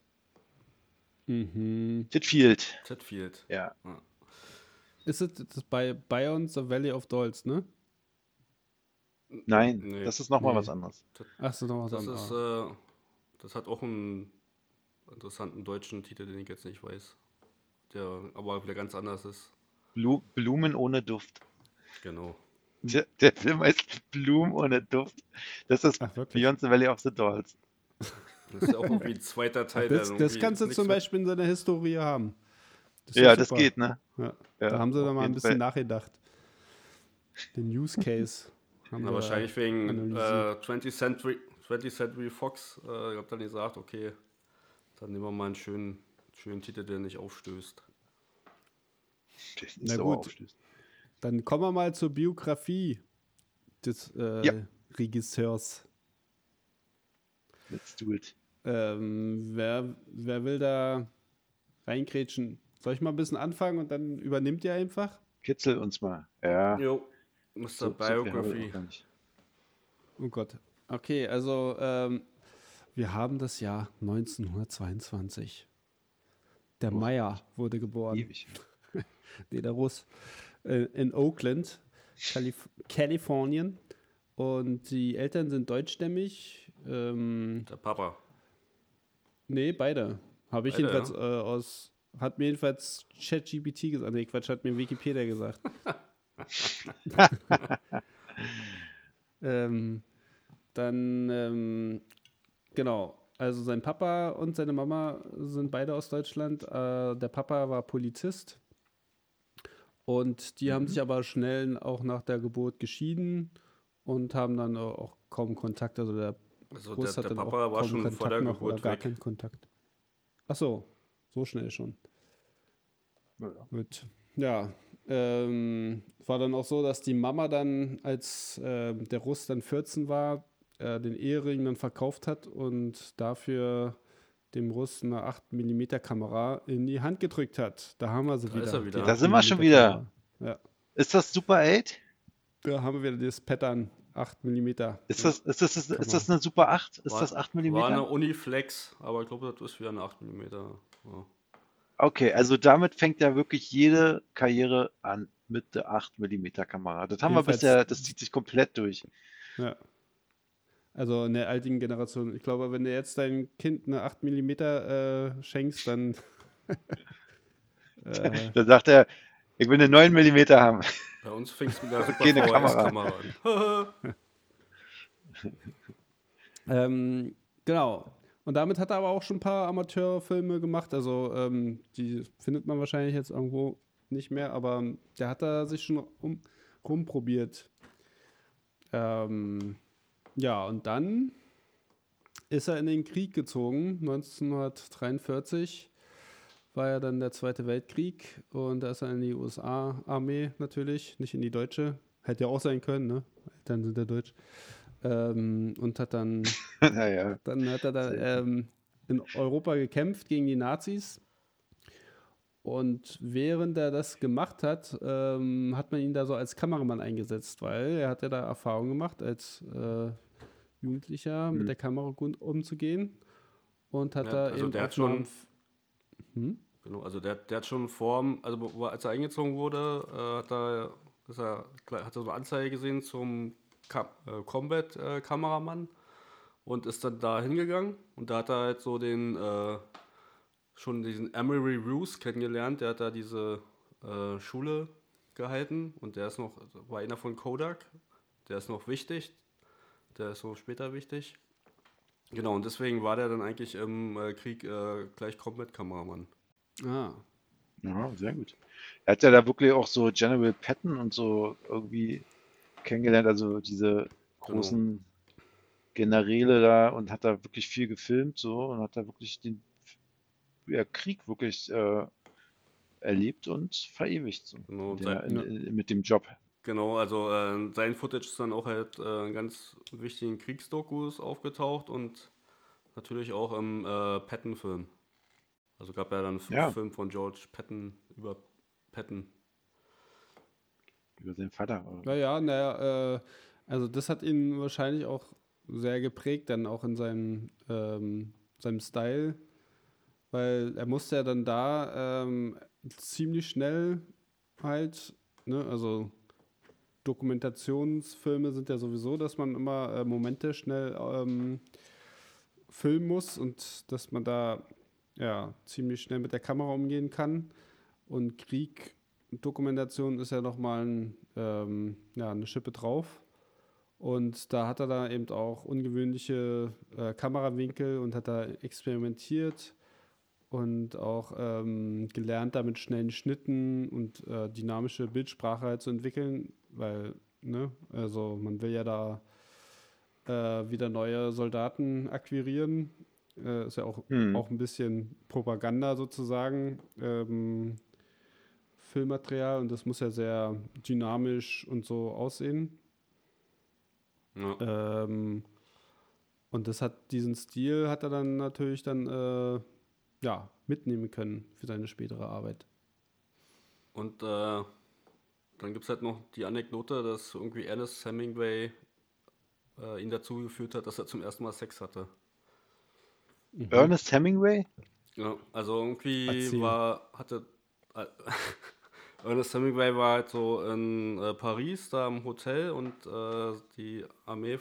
Mhm. Titfield, Titfield. ja. Ja. Ist es das bei Beyond the Valley of Dolls, ne? Nein, Nee, das ist nochmal was Nee. anderes. Ach so, noch was das ist, anderes. das hat auch einen interessanten deutschen Titel, den ich jetzt nicht weiß. Der aber wieder ganz anders ist. Blumen ohne Duft. Genau. Der Film heißt Blumen ohne Duft. Das ist Ach, wirklich? Beyond the Valley of the Dolls. Das ist ja auch irgendwie ein zweiter Teil, der Das irgendwie kannst du nichts zum mit- Beispiel in seiner Historie haben. Das ist Ja, doch das super. geht, ne? Ja. Ja, Da haben sie auf da mal ein jeden bisschen Fall. nachgedacht. Den Use Case haben Na, sie wahrscheinlich wegen analysiert. 20th Century Fox. Ich habe dann gesagt, okay, dann nehmen wir mal einen schönen Titel, der nicht aufstößt. Das ist Na sauer gut. aufstößt. Dann kommen wir mal zur Biografie des Ja. Regisseurs. Let's do it. Wer will da reingrätschen? Soll ich mal ein bisschen anfangen und dann übernimmt ihr einfach? Kitzel uns mal. Ja, Jo, Mr. so viel haben wir Biography. auch gar nicht. Oh Gott. Okay, also wir haben das Jahr 1922. Der Oh, Meyer wurde geboren. ewig. Nee, der Russ. In Oakland, Kalifornien. Und die Eltern sind deutschstämmig. Der Papa. Nee, beide. Habe ich Beide, jedenfalls hat mir jedenfalls ChatGPT gesagt. Nee, Quatsch, hat mir Wikipedia gesagt. Genau. Also sein Papa und seine Mama sind beide aus Deutschland. Der Papa war Polizist. Und die haben sich aber schnell auch nach der Geburt geschieden und haben dann auch kaum Kontakt. Also der Also Groß der hat dann auch Papa war kaum schon Kontakt vor der noch oder Geburt gar weg. keinen Kontakt. Ach so, so schnell schon. Ja. Gut. Ja, war dann auch so, dass die Mama dann, als der Russ dann 14 war, den Ehering dann verkauft hat und dafür dem Russ eine 8mm Kamera in die Hand gedrückt hat. Da haben wir sie Da wieder. ist er wieder. die Da sind wir schon 8mm wieder. Kamera. Ja, Ist das Super 8? da haben wir wieder das Pattern 8mm. Ist das eine Super 8? Ist das 8 War eine mm? Uniflex, aber ich glaube, das ist wieder eine 8 mm. Ja. Okay, also damit fängt ja wirklich jede Karriere an mit der 8 mm Kamera. Das haben wir Jedenfalls- bisher, das zieht sich komplett durch. Ja. Also in der alten Generation. Ich glaube, wenn du jetzt deinem Kind eine 8mm schenkst, dann Da sagt er, ich will eine 9 mm haben. Bei uns fing es mit der Super Keine VHS-Kamera an. genau. Und damit hat er aber auch schon ein paar Amateurfilme gemacht. Also die findet man wahrscheinlich jetzt irgendwo nicht mehr, aber der hat da sich schon rumprobiert. Ja, und dann ist er in den Krieg gezogen. 1943 war ja dann der Zweite Weltkrieg und da ist er in die USA-Armee natürlich, nicht in die deutsche. Hätte ja auch sein können, ne? Dann sind er deutsch. Und hat dann Naja, hat er da selten. in Europa gekämpft gegen die Nazis. Und während er das gemacht hat, hat man ihn da so als Kameramann eingesetzt, weil er hat ja da Erfahrung gemacht, als Jugendlicher mit Hm. der Kamera gut umzugehen und hat Ja, da also eben der hat Aufnahmen. schon, genau, also der hat schon also als er eingezogen wurde, hat er so eine Anzeige gesehen zum Combat-Kameramann und ist dann da hingegangen und da hat er halt so schon diesen Emery Roos kennengelernt, der hat da diese Schule gehalten und war einer von Kodak, der ist noch wichtig, der ist so später wichtig. Genau, und deswegen war der dann eigentlich im Krieg gleich Combat-Kameramann. Ah, Ja, sehr gut. Er hat ja da wirklich auch so General Patton und so irgendwie kennengelernt, also diese Genau. großen Generäle da und hat da wirklich viel gefilmt so und hat da wirklich den Krieg wirklich erlebt und verewigt so Genau, ja. mit dem Job. genau, also sein Footage ist dann auch halt in ganz wichtigen Kriegsdokus aufgetaucht und natürlich auch im Patton-Film. Also gab ja dann einen Ja, Film von George Patton über Patton. über seinen Vater. naja, also das hat ihn wahrscheinlich auch sehr geprägt, dann auch in seinem Style, weil er musste ja dann da ziemlich schnell halt, ne, also Dokumentationsfilme sind ja sowieso, dass man immer Momente schnell filmen muss und dass man da ja ziemlich schnell mit der Kamera umgehen kann. Und Dokumentation ist ja nochmal eine Schippe drauf. Und da hat er da eben auch ungewöhnliche Kamerawinkel und hat da experimentiert und auch gelernt, da mit schnellen Schnitten und dynamische Bildsprache halt zu entwickeln, weil, ne, also man will ja da wieder neue Soldaten akquirieren. Ist ja Hm. auch ein bisschen Propaganda sozusagen, Filmmaterial und das muss ja sehr dynamisch und so aussehen. Ja. Ähm, und diesen Stil hat er dann natürlich dann ja, mitnehmen können für seine spätere Arbeit. Und dann gibt es halt noch die Anekdote, dass irgendwie Ernest Hemingway ihn dazu geführt hat, dass er zum ersten Mal Sex hatte. Mhm. Ernest Hemingway? Ja, also irgendwie Erzähl. äh, Ernest Hemingway war halt so in Paris, da im Hotel und die Armee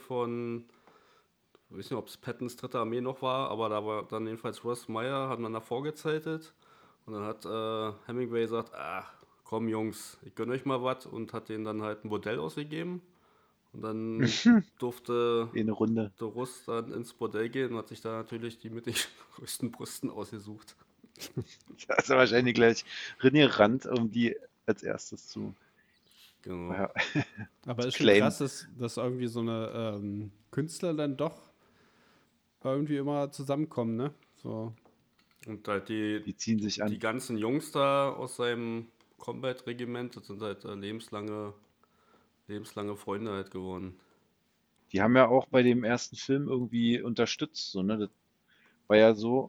ich weiß nicht, ob es Pattons dritte Armee noch war, aber da war dann jedenfalls Ross Meyer, hat dann davor gezeltet und dann hat Hemingway gesagt, komm Jungs, ich gönn euch mal was und hat denen dann halt ein Bordell ausgegeben und dann durfte Eine Runde. der Russ dann ins Bordell gehen und hat sich da natürlich die mit den größten Brüsten ausgesucht. Da ist er wahrscheinlich gleich rangerannt, um die als erstes Genau. ja, Aber zu ist schon claimen. krass, dass irgendwie so eine Künstler dann doch irgendwie immer zusammenkommen, ne? So. Und halt Die ziehen sich die an. ganzen Jungs da aus seinem Combat-Regiment, das sind halt lebenslange Freunde halt geworden. Die haben ja auch bei dem ersten Film irgendwie unterstützt. So, ne? Das war ja so,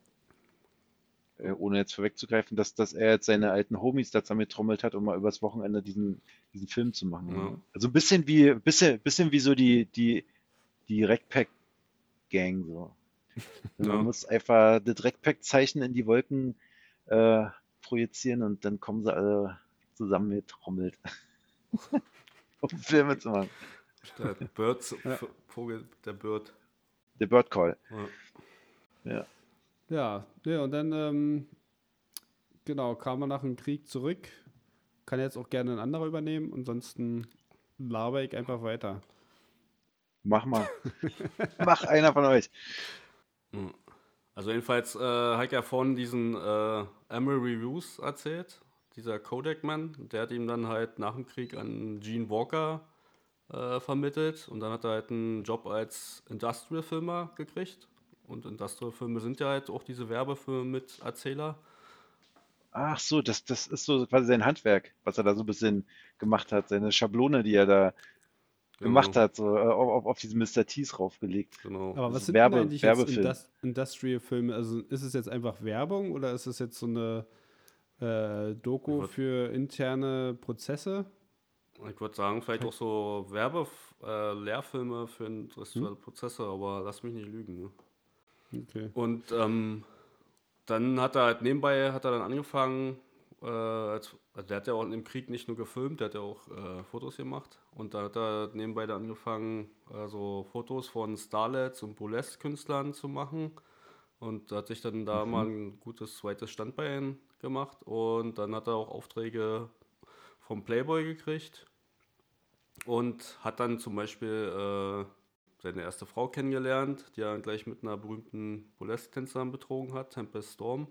ohne jetzt vorwegzugreifen, dass er jetzt seine alten Homies da zusammengetrommelt hat, um mal übers Wochenende diesen Film zu machen. Ja, Ne? Also ein bisschen wie so die Rec-Pack-Gang. So. Man ja. muss einfach das Rec-Pack-Zeichen in die Wolken äh, projizieren und dann kommen sie alle zusammengetrommelt, um Filme zu machen. Der Ja, Vogel, der Bird. Der Bird Call. Ja. Ja. ja, und dann, genau, kam er nach dem Krieg zurück. Kann jetzt auch gerne ein anderer übernehmen, ansonsten laber ich einfach weiter. Mach mal. Mach einer von euch. Mhm. Also jedenfalls hat er von diesen Emery Reviews erzählt, dieser Kodak-Mann, der hat ihm dann halt nach dem Krieg an Gene Walker vermittelt und dann hat er halt einen Job als Industrial-Filmer gekriegt. Und Industrial-Filme sind ja halt auch diese Werbefilme mit Erzähler. Ach so, das ist so quasi sein Handwerk, was er da so ein bisschen gemacht hat, seine Schablone, die er da gemacht Genau, hat, so auf diesen Mr. Tees raufgelegt. genau. Aber was Also sind denn eigentlich jetzt Werbefilm. Industrial-Filme? Also ist es jetzt einfach Werbung oder ist es jetzt so eine Ich Doku würde für interne Prozesse? ich würd sagen, vielleicht auch so Lehrfilme für Hm? industrielle Prozesse, aber lass mich nicht lügen. Ne? Okay. Und dann hat er halt nebenbei hat er dann angefangen, also der hat ja auch im Krieg nicht nur gefilmt, der hat ja auch Fotos gemacht. Und da hat er nebenbei dann angefangen, so Fotos von Starlets und Burlesque-Künstlern zu machen. Und hat sich dann da mal Mhm. ein gutes zweites Standbein gemacht. Und dann hat er auch Aufträge vom Playboy gekriegt und hat dann zum Beispiel seine erste Frau kennengelernt, die er gleich mit einer berühmten Burlesque-Tänzerin betrogen hat, Tempest Storm.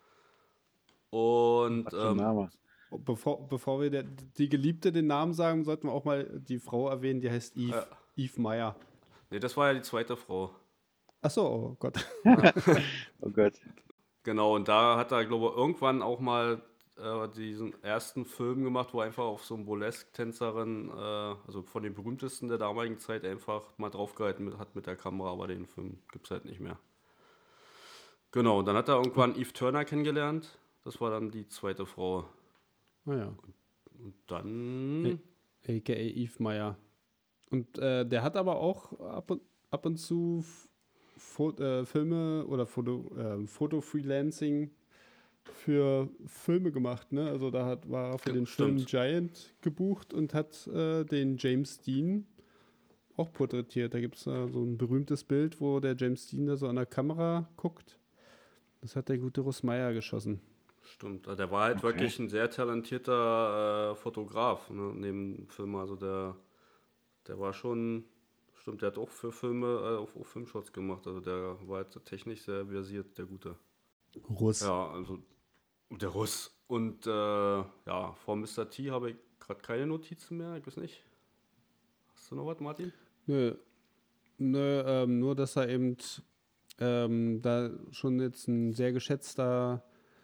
Und Was für ein Name. Bevor wir die Geliebte den Namen sagen, sollten wir auch mal die Frau erwähnen, die heißt äh, Eve Meyer. nee, das war ja die zweite Frau. Achso, oh Gott. Ja. Oh Gott. Genau, und da hat er, glaube ich, irgendwann auch mal diesen ersten Film gemacht, wo er einfach auf so eine Burlesque-Tänzerin, also von den berühmtesten der damaligen Zeit, einfach mal draufgehalten hat mit der Kamera, aber den Film gibt es halt nicht mehr. Genau, und dann hat er irgendwann Eve Turner kennengelernt. Das war dann die zweite Frau. Naja, Und dann, aka Eve Meyer. Und der hat aber auch ab und zu Filme oder Foto-Freelancing für Filme gemacht, ne? Also war er für den Film stimmt, Giant gebucht und hat den James Dean auch porträtiert. Da gibt es so ein berühmtes Bild, wo der James Dean da so an der Kamera guckt. Das hat der gute Russ Meyer geschossen. stimmt. Also der war halt Okay. wirklich ein sehr talentierter Fotograf, ne, neben dem Film. Also der war schon, stimmt, der hat auch für Filme, auch Filmshots gemacht. Also der war halt technisch sehr versiert, der Gute. Russ. Ja, also der Russ. Und ja, vor Mr. T habe ich gerade keine Notizen mehr, ich weiß nicht. Hast du noch was, Martin? Nö, nur dass er eben da schon jetzt ein sehr geschätzter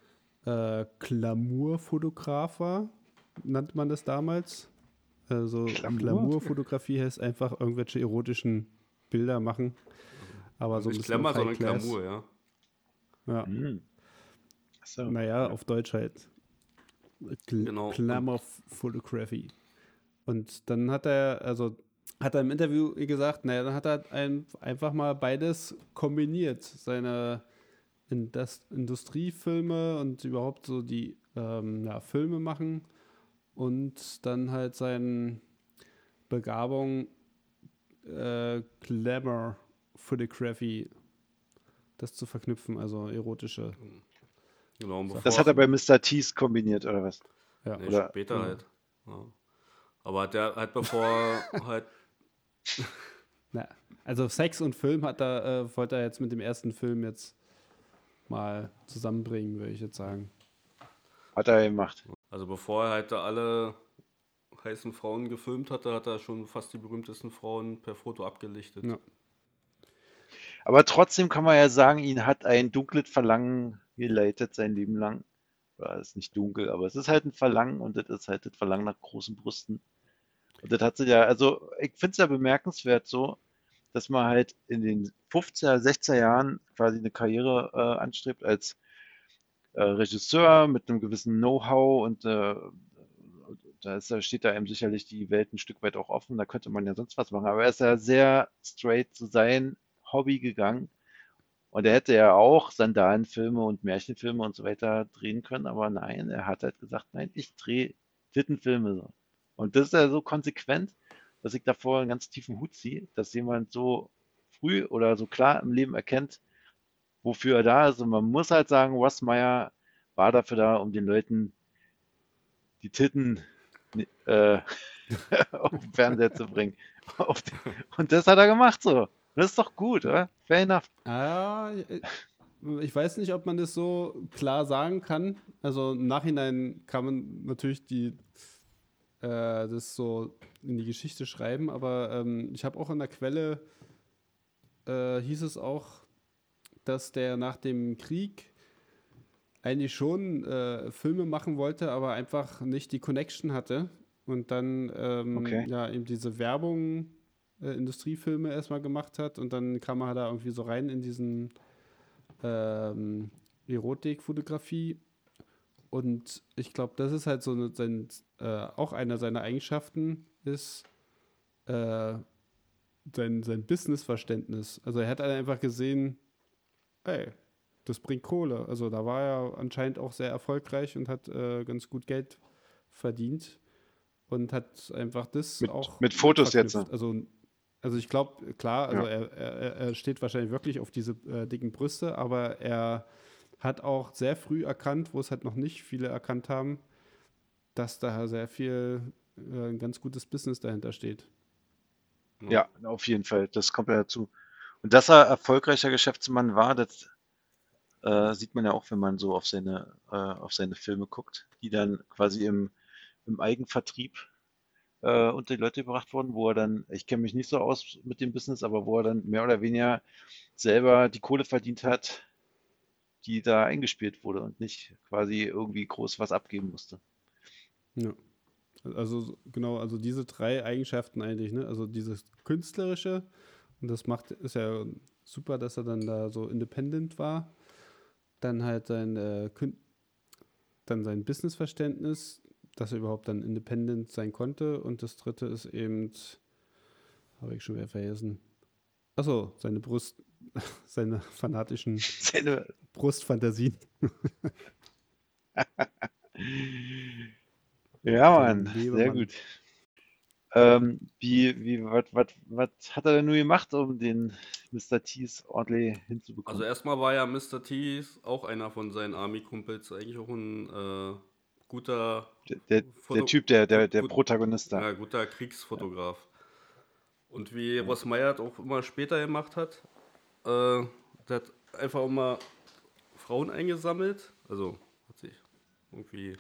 Glamour-Fotograf war, nannte man das damals. Also Glamour? Glamour-Fotografie heißt einfach irgendwelche erotischen Bilder machen, aber so ein Nicht bisschen Glamour, auf sondern High Class. Glamour, ja. Ja, Hm. Ach so. naja, auf Deutsch halt. Genau. Glamour Photography. Und dann hat er im Interview gesagt, naja, dann hat er einfach mal beides kombiniert. Seine Industriefilme und überhaupt so die Filme machen und dann halt seine Begabung Glamour Photography, das zu verknüpfen, also erotische Genau, und Sachen. Das hat er bei Mr. Tees kombiniert, oder was? Ja. Nee, Oder, später genau. halt. Ja. Aber der halt bevor halt, Na, also Sex und Film wollte er jetzt mit dem ersten Film jetzt mal zusammenbringen, würde ich jetzt sagen. hat er gemacht. also bevor er halt da alle heißen Frauen gefilmt hatte, hat er schon fast die berühmtesten Frauen per Foto abgelichtet. Ja. Aber trotzdem kann man ja sagen, ihn hat ein dunkles Verlangen geleitet sein Leben lang. Ja, es ist nicht dunkel, aber es ist halt ein Verlangen und das ist halt das Verlangen nach großen Brüsten. Und das hat sie ja, also ich finde es ja bemerkenswert so, dass man halt in den 50er, 60er Jahren quasi eine Karriere anstrebt als Regisseur mit einem gewissen Know-how und steht da ihm sicherlich die Welt ein Stück weit auch offen, da könnte man ja sonst was machen. Aber er ist ja sehr straight zu sein Hobby gegangen und er hätte ja auch Sandalenfilme und Märchenfilme und so weiter drehen können, aber nein, er hat halt gesagt, nein, ich drehe Tittenfilme so. Und das ist ja so konsequent, dass ich davor einen ganz tiefen Hut ziehe, dass jemand so früh oder so klar im Leben erkennt, wofür er da ist. Und man muss halt sagen, Ross Meyer war dafür da, um den Leuten die Titten äh, auf den Fernseher zu bringen. Und das hat er gemacht so. Das ist doch gut, oder? Fair enough. Ich weiß nicht, ob man das so klar sagen kann. Also im Nachhinein kann man natürlich die das so in die Geschichte schreiben, aber ich habe auch in der Quelle, hieß es auch, dass der nach dem Krieg eigentlich schon Filme machen wollte, aber einfach nicht die Connection hatte und dann Okay. ja eben diese Werbung, Industriefilme erstmal gemacht hat und dann kam er da irgendwie so rein in diesen Erotikfotografie und ich glaube, das ist halt so auch einer seiner Eigenschaften ist sein Businessverständnis. Also er hat einfach gesehen, ey, das bringt Kohle. Also da war er anscheinend auch sehr erfolgreich und hat ganz gut Geld verdient und hat einfach das auch Mit mit Fotos jetzt. Ne? verknüpft. Also ich glaube, klar, also Ja. er steht wahrscheinlich wirklich auf diese dicken Brüste, aber er hat auch sehr früh erkannt, wo es halt noch nicht viele erkannt haben, dass da sehr viel ein ganz gutes Business dahinter steht. Ja, auf jeden Fall. Das kommt ja dazu. Und dass er erfolgreicher Geschäftsmann war, das sieht man ja auch, wenn man so auf seine Filme guckt, die dann quasi im Eigenvertrieb unter die Leute gebracht wurden, wo er dann, ich kenne mich nicht so aus mit dem Business, aber wo er dann mehr oder weniger selber die Kohle verdient hat, die da eingespielt wurde und nicht quasi irgendwie groß was abgeben musste. Ja. Also genau, also diese drei Eigenschaften eigentlich, ne? Also dieses Künstlerische und ist ja super, dass er dann da so independent war. Dann halt dann sein Businessverständnis, dass er überhaupt dann independent sein konnte. Und das dritte ist eben, habe ich schon wieder vergessen. Achso, seine fanatischen Seine, Brustfantasien. ja, Der Mann, sehr Lebemann. gut. Was hat er denn nur gemacht, um den Mr. Tees ordentlich Also hinzubekommen? erstmal war ja Mr. T auch einer von seinen Army-Kumpels, eigentlich auch ein guter Der Foto, Typ, der gut, Protagonist da. ja, guter Kriegsfotograf. Und wie Ross Meyer auch immer später gemacht hat, der hat einfach immer Frauen eingesammelt, also hat sich irgendwie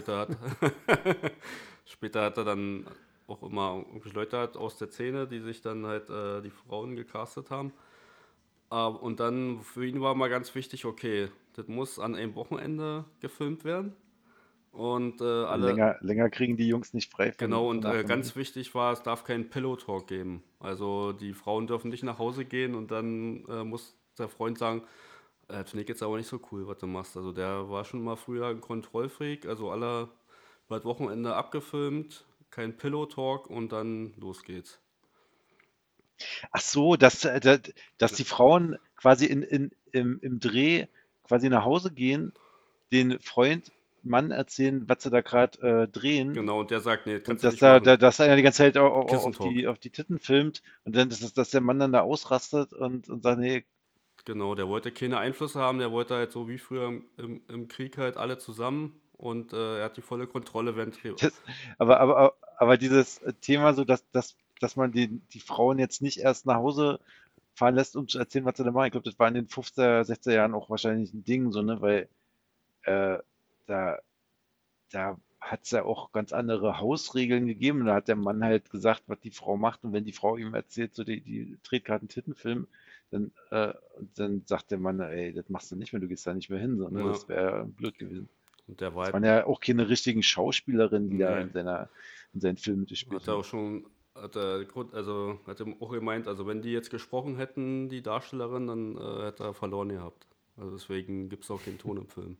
später hat er dann auch immer irgendwelche Leute halt aus der Szene, die sich dann halt die Frauen gecastet haben. Und dann für ihn war mal ganz wichtig, okay, das muss an einem Wochenende gefilmt werden. Und Länger kriegen die Jungs nicht frei genau, von und der Familie. ganz wichtig war, es darf keinen Pillow Talk geben. Also die Frauen dürfen nicht nach Hause gehen und dann muss der Freund sagen, finde ich jetzt aber nicht so cool, was du machst. Also der war schon mal früher ein Kontrollfreak, also bald Wochenende abgefilmt, kein Pillow Talk und dann los geht's. Ach so, dass die Frauen quasi im Dreh quasi nach Hause gehen, den Mann erzählen, was sie da gerade drehen Genau, und der sagt, nee, kannst und du nicht machen. dass einer die ganze Zeit Kissentalk. auf die Titten filmt und dann, dass der Mann dann da ausrastet und sagt, nee, Genau, der wollte keine Einflüsse haben, der wollte halt so wie früher im Krieg halt alle zusammen und er hat die volle Kontrolle, während das, aber dieses Thema so, dass man die Frauen jetzt nicht erst nach Hause fahren lässt, um zu erzählen, was sie da machen. Ich glaube, das war in den 50er, 60er Jahren auch wahrscheinlich ein Ding, so, ne, weil äh, da da hat es ja auch ganz andere Hausregeln gegeben. Da hat der Mann halt gesagt, was die Frau macht. Und wenn die Frau ihm erzählt, so die dreht gerade einen Tittenfilm, dann sagt der Mann, ey, das machst du nicht mehr, du gehst da nicht mehr hin. So, ne? ja, Das wäre blöd gewesen. und der war Es halt, waren ja auch keine richtigen Schauspielerinnen, die da nee, in seinen Filmen mitgespielt hat er haben. auch schon, hat er auch gemeint, also wenn die jetzt gesprochen hätten, die Darstellerin, dann hätte er verloren gehabt. Also deswegen gibt es auch keinen Ton im Film.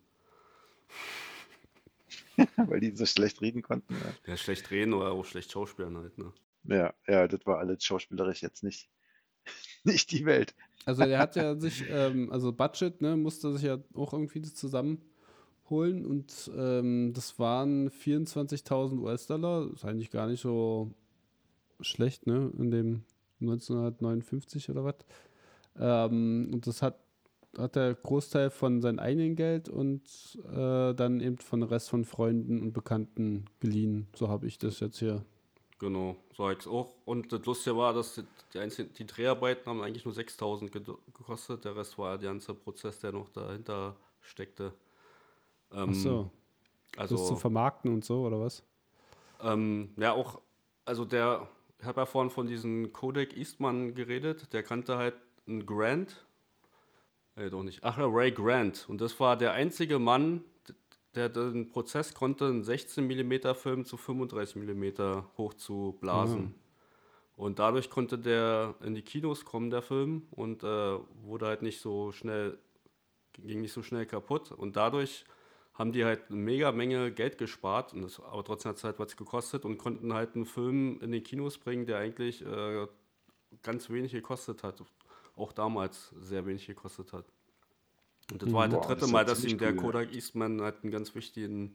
Weil die so schlecht reden konnten. Der ist schlecht reden oder auch schlecht schauspielern halt, ne? Ja, das war alles schauspielerisch jetzt nicht, nicht die Welt. Also er hat ja also Budget, ne, musste sich ja auch irgendwie das zusammenholen und das waren 24.000 US-Dollar. Ist eigentlich gar nicht so schlecht, ne, in dem 1959 oder was. Und das hat der Großteil von seinem eigenen Geld und dann eben von dem Rest von Freunden und Bekannten geliehen. So habe ich das jetzt hier. Genau, so jetzt auch. Und das Lustige war, dass die Dreharbeiten haben eigentlich nur 6.000 gekostet. Der Rest war der ganze Prozess, der noch dahinter steckte. Ach Ähm, so, das zu also, vermarkten und so, oder was? Ja, auch, also ich habe ja vorhin von diesem Kodak Eastman geredet, der kannte halt einen Grant, doch nicht, ach ja, Ray Grant. Und das war der einzige Mann, der den Prozess konnte, einen 16 mm Film zu 35 mm hoch zu Ah. blasen. Und dadurch konnte der in die Kinos kommen, der Film, und wurde halt nicht so schnell, ging nicht so schnell kaputt. Und dadurch haben die halt eine mega Menge Geld gespart, und das, aber trotzdem hat es halt was gekostet und konnten halt einen Film in die Kinos bringen, der eigentlich ganz wenig gekostet hat. Auch damals sehr wenig gekostet hat. Und das war halt das Boah, das dritte ist ja Mal, dass ziemlich ihm der cool. Kodak Eastman halt einen ganz wichtigen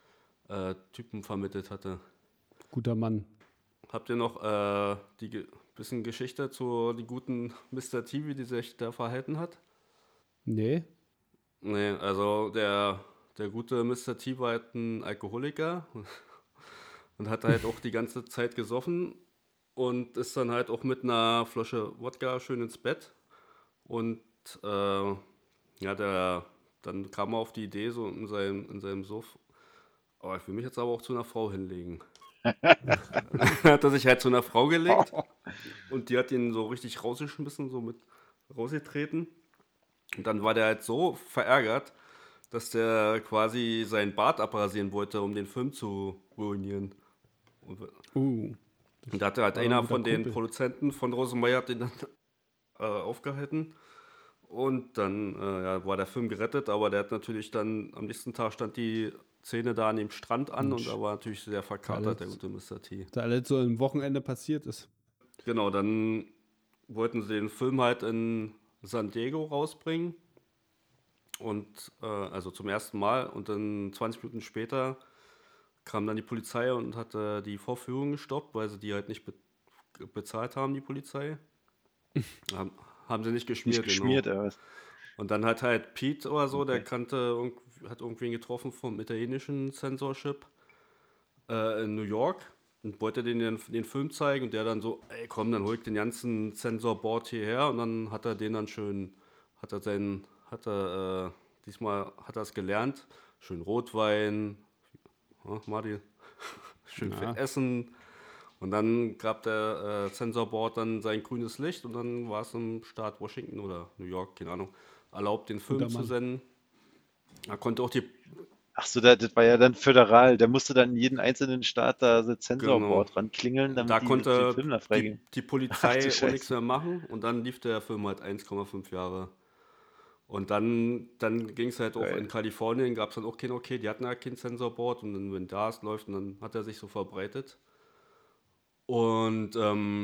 Typen vermittelt hatte. Guter Mann. Habt ihr noch bisschen Geschichte zu die guten Mr. T, wie die sich da verhalten hat? Nee. Nee, also der gute Mr. T war halt ein Alkoholiker und hat halt auch die ganze Zeit gesoffen und ist dann halt auch mit einer Flasche Wodka schön ins Bett. Und ja, dann kam er auf die Idee, so in seinem Suff, oh, ich will mich jetzt aber auch zu einer Frau hinlegen. Hat er sich halt zu einer Frau gelegt und die hat ihn so richtig rausgeschmissen, so mit rausgetreten. Und dann war der halt so verärgert, dass der quasi seinen Bart abrasieren wollte, um den Film zu ruinieren. Und da hat halt War doch ein einer guter von den Kumpel. Produzenten von Rosenmeier hat den dann aufgehalten. Und dann ja, war der Film gerettet, aber der hat natürlich dann, am nächsten Tag stand die Szene da an dem Strand an und Mensch, da war natürlich sehr da verkatert, der alles, gute Mr. T. da alles so im Wochenende passiert ist. Genau, dann wollten sie den Film halt in San Diego rausbringen und also zum ersten Mal und dann 20 Minuten später kam dann die Polizei und hat die Vorführung gestoppt, weil sie die halt nicht bezahlt haben, die Polizei. Haben sie nicht Nicht geschmiert, genau. geschmiert, aber Und dann hat halt Pete oder so, der okay. hat irgendwen getroffen vom italienischen Censorship in New York und wollte den Film zeigen und der dann so, ey komm, dann hol ich den ganzen Censorboard hierher und dann hat er den dann schön, diesmal hat er es gelernt, schön Rotwein, ja, Marty, schön viel Ja, Essen und dann gab der Censorboard dann sein grünes Licht und dann war es im Staat Washington oder New York, keine Ahnung, erlaubt den Film guter zu Mann. senden. Er konnte auch Ach so, das war ja dann föderal. Der musste dann in jeden einzelnen Staat da so genau, Zensorboard ranklingeln, und da damit die den konnte Film da die, freigeben. die Ach du Polizei auch nichts Scheiße. mehr machen und dann lief der Film halt 1,5 Jahre. Und dann ging es halt auch in Geil. Kalifornien, gab es dann auch kein Okay, die hatten ja kein Censorboard und dann, wenn das läuft, und dann hat er sich so verbreitet. Und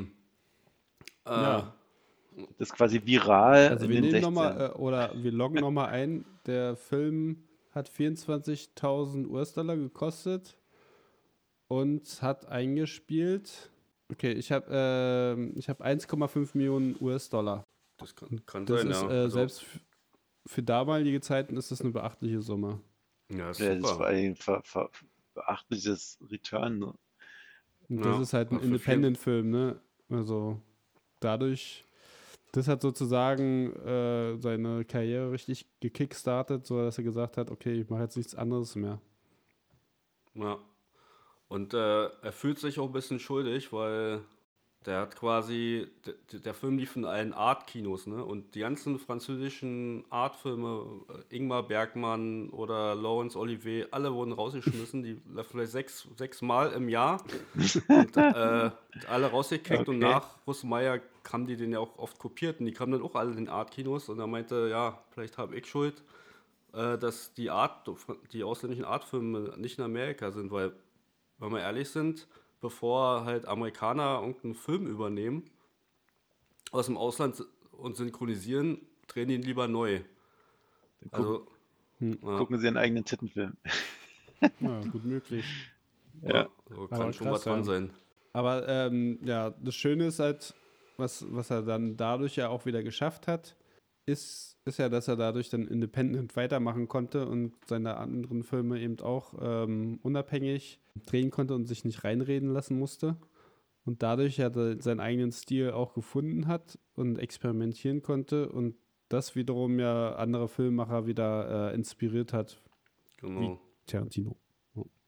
äh, Ja, Das ist quasi viral also in wir den nehmen nochmal, 16. oder wir loggen nochmal ein, der Film hat 24.000 US-Dollar gekostet und hat eingespielt. Okay, ich hab 1,5 Millionen US-Dollar. das kann Das sein, ist ja. Also, selbst für damalige Zeiten ist das eine beachtliche Summe. ja, ist Ja, das super. war ein beachtliches Return. Ne? Und das Ja, ist halt ein für viel. Independent-Film, ne? Also dadurch, das hat sozusagen seine Karriere richtig gekickstartet, so dass er gesagt hat, okay, ich mache jetzt nichts anderes mehr. Ja. Und er fühlt sich auch ein bisschen schuldig, weil der hat quasi, der Film lief in allen Art-Kinos, ne? Und die ganzen französischen Art-Filme, Ingmar Bergmann oder Laurence Olivier, alle wurden rausgeschmissen, die liefen vielleicht sechs Mal im Jahr und alle rausgekickt und Okay. nach Russmeier haben die den ja auch oft kopiert und die kamen dann auch alle in den Art-Kinos und er meinte, ja, vielleicht habe ich Schuld, dass die ausländischen Artfilme nicht in Amerika sind, weil, wenn wir ehrlich sind, bevor halt Amerikaner irgendeinen Film übernehmen aus dem Ausland und synchronisieren, drehen die ihn lieber neu. Dann Also, Hm. ja, gucken sie einen eigenen Tittenfilm. Ja, gut möglich. ja, Ja. so kann Aber schon was krass, dran ja. sein. Aber ja, das Schöne ist halt, was er dann dadurch ja auch wieder geschafft hat, ist ja, dass er dadurch dann independent weitermachen konnte und seine anderen Filme eben auch unabhängig drehen konnte und sich nicht reinreden lassen musste. Und dadurch hat er seinen eigenen Stil auch gefunden hat und experimentieren konnte und das wiederum ja andere Filmemacher wieder inspiriert hat, wie Genau. Tarantino. Ja.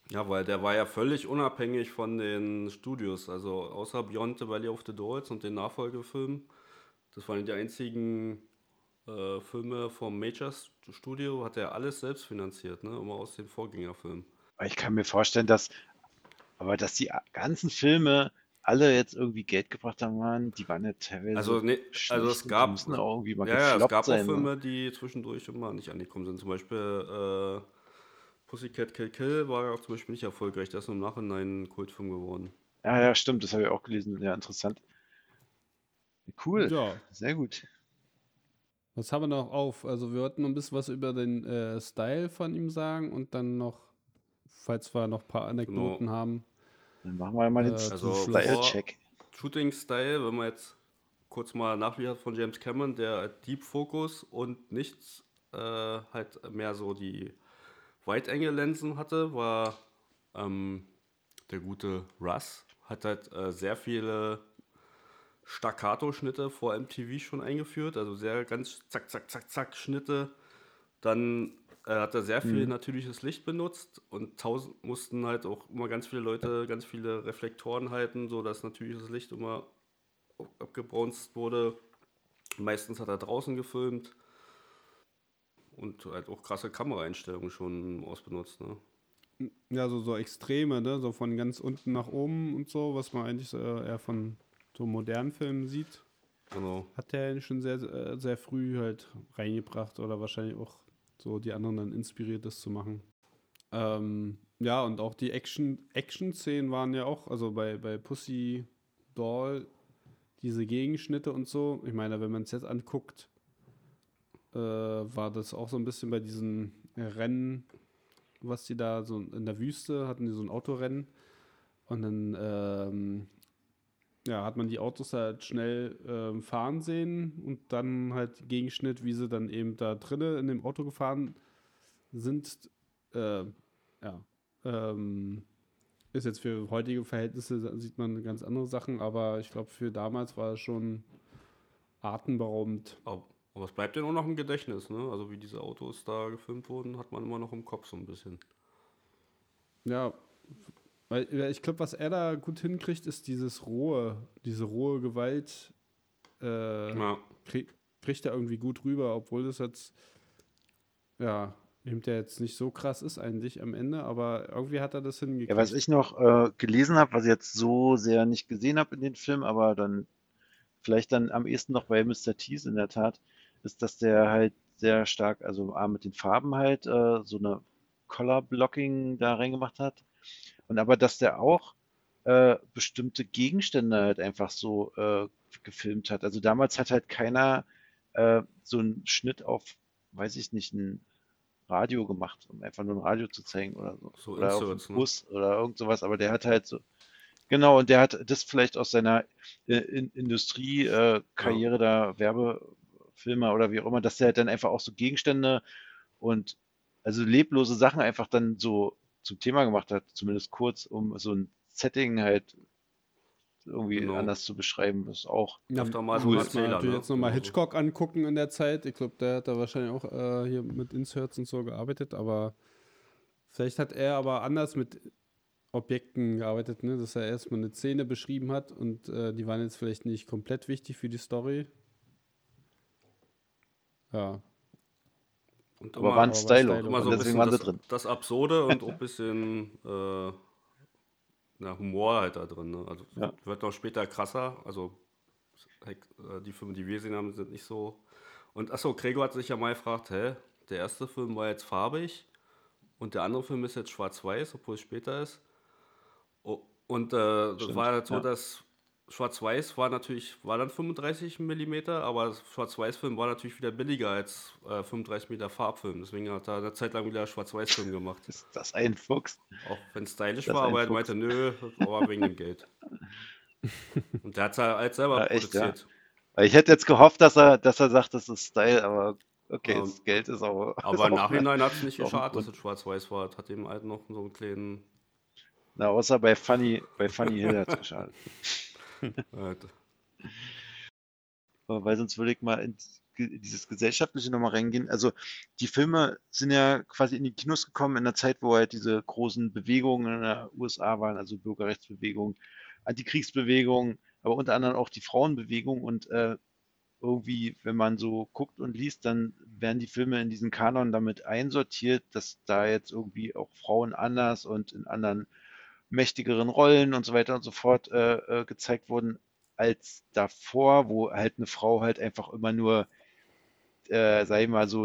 Ja, weil der war ja völlig unabhängig von den Studios. Also außer Beyond the Valley of the Dolls und den Nachfolgefilmen. Das waren die einzigen Filme vom Studio, hat er alles selbst finanziert, ne? Immer aus den Vorgängerfilmen. Aber ich kann mir vorstellen, dass die ganzen Filme alle jetzt irgendwie Geld gebracht haben, die waren ja teilweise Also, ne, also schlecht es und die gab, müssen auch irgendwie mal es gefloppt gab auch sein. Ne? Filme, die zwischendurch immer nicht angekommen sind. Zum Beispiel Pussycat Kill Kill war ja auch zum Beispiel nicht erfolgreich. Der ist im Nachhinein ein Kultfilm geworden. Ja, ja, stimmt, das habe ich auch gelesen. Ja, interessant. Cool, Ja, sehr gut. was haben wir noch auf? Also wir wollten noch ein bisschen was über den Style von ihm sagen und dann noch, falls wir noch ein paar Genau. Anekdoten haben, Dann machen wir mal den zum Also Schluss. Style-Check. Shooting Style, wenn man jetzt kurz mal nachliefert von James Cameron, der Deep Focus und nichts halt mehr so die Wide-Angle-Linsen hatte, war der gute Russ. Hat halt sehr viele Staccato-Schnitte vor MTV schon eingeführt, also sehr ganz zack, zack, zack, zack Schnitte. Dann hat er sehr viel Mhm. natürliches Licht benutzt und mussten halt auch immer ganz viele Leute ganz viele Reflektoren halten, sodass natürliches Licht immer abgebronzt wurde. Meistens hat er draußen gefilmt und halt auch krasse Kameraeinstellungen schon ausbenutzt. Ne? Ja, so Extreme, ne? So von ganz unten nach oben und so, was man eigentlich eher von so modernen Filmen sieht, Genau. hat der schon sehr früh halt reingebracht oder wahrscheinlich auch so die anderen dann inspiriert, das zu machen. Ja, und auch die Action-Szenen waren ja auch, also bei Pussy Doll, diese Gegenschnitte und so. Ich meine, wenn man es jetzt anguckt, war das auch so ein bisschen bei diesen Rennen, was die da so in der Wüste hatten, die so ein Autorennen. Und dann ja, hat man die Autos halt schnell fahren sehen und dann halt Gegenschnitt, wie sie dann eben da drinnen in dem Auto gefahren sind. Ja, ähm, ist jetzt für heutige Verhältnisse, sieht man ganz andere Sachen, aber ich glaube, für damals war es schon atemberaubend. Aber es bleibt ja nur noch im Gedächtnis. Ne? Also wie diese Autos da gefilmt wurden, hat man immer noch im Kopf so ein bisschen. Ja, weil ich glaube, was er da gut hinkriegt, ist diese rohe Gewalt, Ja. kriegt er irgendwie gut rüber, obwohl das jetzt, ja, eben der jetzt nicht so krass ist eigentlich am Ende, aber irgendwie hat er das Ja, was hingekriegt. ich noch gelesen habe, was ich jetzt so sehr nicht gesehen habe in den Film, aber dann vielleicht dann am ehesten noch bei Mr. Tease in der Tat, ist, dass der halt sehr stark, also A, mit den Farben halt so eine Color Blocking da reingemacht hat. Und aber dass der auch bestimmte Gegenstände halt einfach so gefilmt hat. Also damals hat halt keiner so einen Schnitt auf, weiß ich nicht, ein Radio gemacht, um einfach nur ein Radio zu zeigen oder so. So Oder auf dem Inserts, ne? Bus oder irgend sowas. Aber der hat halt so, genau, und der hat das vielleicht aus seiner Industriekarriere Ja. Karriere da, Werbefilmer oder wie auch immer, dass der halt dann einfach auch so Gegenstände und also leblose Sachen einfach dann so zum Thema gemacht hat, zumindest kurz, um so ein Setting halt irgendwie Genau. anders zu beschreiben, ist auch Ja, Öfter mal so ein cool. müssen wir Erzähler, natürlich ne? jetzt nochmal Genauso. Hitchcock angucken in der Zeit. Ich glaube, der hat da wahrscheinlich auch hier mit Inserts und so gearbeitet, aber vielleicht hat er aber anders mit Objekten gearbeitet, ne? Dass er erstmal eine Szene beschrieben hat und die waren jetzt vielleicht nicht komplett wichtig für die Story. Ja, Und Aber waren aber war Stylo Stylo immer und so ein gemacht. deswegen bisschen waren sie drin. das Absurde und auch ein bisschen Humor halt da drin. Ne? Also Ja. wird noch später krasser. Also die Filme, die wir gesehen haben, sind nicht so. Und achso, Gregor hat sich ja mal gefragt, hä, der erste Film war jetzt farbig und der andere Film ist jetzt schwarz-weiß, obwohl es später ist. Und das war Stimmt. halt so, Ja. dass Schwarz-Weiß war dann 35 Millimeter, aber Schwarz-Weiß-Film war natürlich wieder billiger als 35 Meter Farbfilm. Deswegen hat er eine Zeit lang wieder Schwarz-Weiß-Film gemacht. Ist das ein Fuchs? Auch wenn es stylisch Das war, ein aber er meinte, Fuchs. nö, das war wegen dem Geld. Und der hat es halt selber Ja, echt, ja. produziert. Weil ich hätte jetzt gehofft, dass er sagt, das ist Style, aber okay, Ähm, das Geld ist auch, ist aber im auch, eine, Nachhinein hat es nicht ist auch ein geschadet, dass Grund. es schwarz-weiß war. Das hat dem halt noch so einen kleinen. Na, außer bei Funny Hill hat es geschadet. Äh, Aber weil sonst würde ich mal dieses Gesellschaftliche nochmal reingehen. Also die Filme sind ja quasi in die Kinos gekommen in der Zeit, wo halt diese großen Bewegungen in den USA waren, also Bürgerrechtsbewegung, Antikriegsbewegung, aber unter anderem auch die Frauenbewegung und irgendwie, wenn man so guckt und liest, dann werden die Filme in diesen Kanon damit einsortiert, dass da jetzt irgendwie auch Frauen anders und in anderen mächtigeren Rollen und so weiter und so fort gezeigt wurden als davor, wo halt eine Frau halt einfach immer nur, sag ich mal so,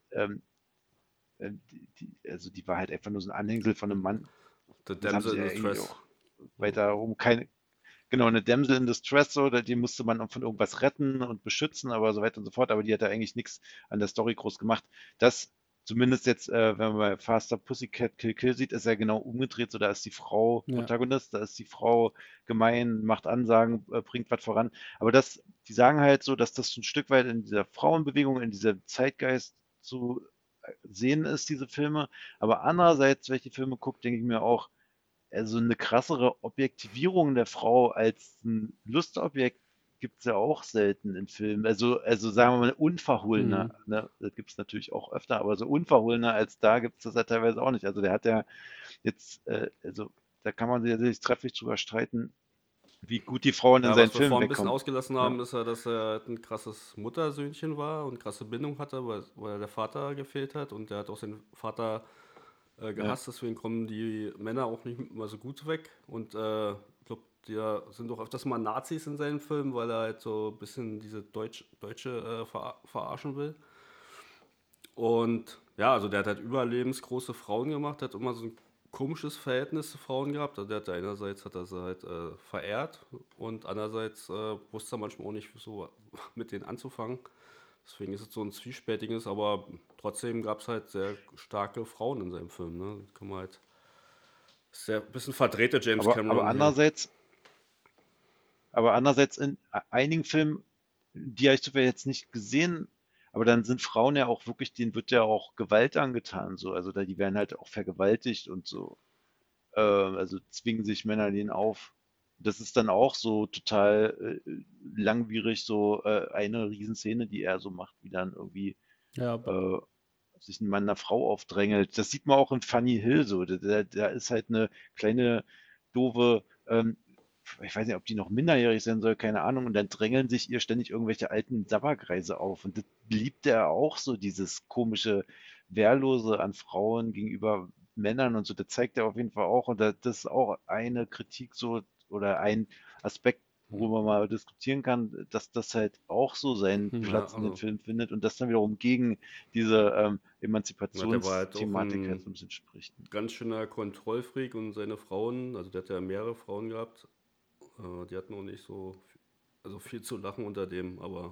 also die war halt einfach nur so ein Anhängsel von einem Mann. The Das haben Damsel sie in ja irgendwie Distress. auch weiter rum keine, genau, eine Damsel in Distress, so, die musste man von irgendwas retten und beschützen, aber so weiter und so fort. Aber die hat da eigentlich nichts an der Story groß gemacht. Das, zumindest jetzt, wenn man bei Faster Pussycat Kill Kill sieht, ist ja genau umgedreht. So, da ist die Frau Ja. Protagonist, da ist die Frau gemein, macht Ansagen, bringt was voran. Aber das, die sagen halt so, dass das ein Stück weit in dieser Frauenbewegung, in diesem Zeitgeist zu sehen ist, diese Filme. Aber andererseits, wenn ich die Filme gucke, denke ich mir auch, also eine krassere Objektivierung der Frau als ein Lustobjekt gibt es ja auch selten in Filmen. Also sagen wir mal unverhohlener, Mhm. ne? Das gibt es natürlich auch öfter, aber so unverhohlener als da gibt es das ja teilweise auch nicht. Also der hat ja jetzt, also da kann man sich trefflich drüber streiten, wie gut die Frauen in Ja, seinen was wir Filmen vorhin ein bisschen wegkommen. ausgelassen Ne? haben, ist ja, dass er halt ein krasses Muttersöhnchen war und krasse Bindung hatte, weil der Vater gefehlt hat und der hat auch seinen Vater Ja, gehasst, deswegen kommen die Männer auch nicht immer so gut weg. Und ich glaube, die sind auch öfters mal Nazis in seinen Filmen, weil er halt so ein bisschen diese Deutsche verarschen will. Und ja, also der hat halt überlebensgroße Frauen gemacht, hat immer so ein komisches Verhältnis zu Frauen gehabt. Also der hat einerseits hat er sie halt verehrt und andererseits wusste er manchmal auch nicht so mit denen anzufangen. Deswegen ist es so ein zwiespältiges, aber trotzdem gab es halt sehr starke Frauen in seinem Film. Ne? Kann man halt sehr ein bisschen verdrehte James aber Cameron hier. andererseits in einigen Filmen, die habe ich zufällig jetzt nicht gesehen, aber dann sind Frauen ja auch wirklich, denen wird ja auch Gewalt angetan, so. Also da, die werden halt auch vergewaltigt und so. Also zwingen sich Männer denen auf. Das ist dann auch so total langwierig, so eine Riesenszene, die er so macht, wie dann irgendwie Ja, aber äh, sich ein Mann einer Frau aufdrängelt. Das sieht man auch in Funny Hill so. Da ist halt eine kleine, doofe, ich weiß nicht, ob die noch minderjährig sein soll, keine Ahnung, und dann drängeln sich ihr ständig irgendwelche alten Sabbergreise auf. Und das liebt er auch so, dieses komische Wehrlose an Frauen gegenüber Männern und so. Das zeigt er auf jeden Fall auch. Und das ist auch eine Kritik so oder ein Aspekt, worüber man mal diskutieren kann, dass das halt auch so seinen Ja, Platz in den also Film findet und das dann wiederum gegen diese ja, der war halt auch Emanzipationsthematik halt ein so ein bisschen spricht. Ne? ganz schöner Kontrollfreak und seine Frauen, also der hat ja mehrere Frauen gehabt, die hatten auch nicht so also viel zu lachen unter dem, aber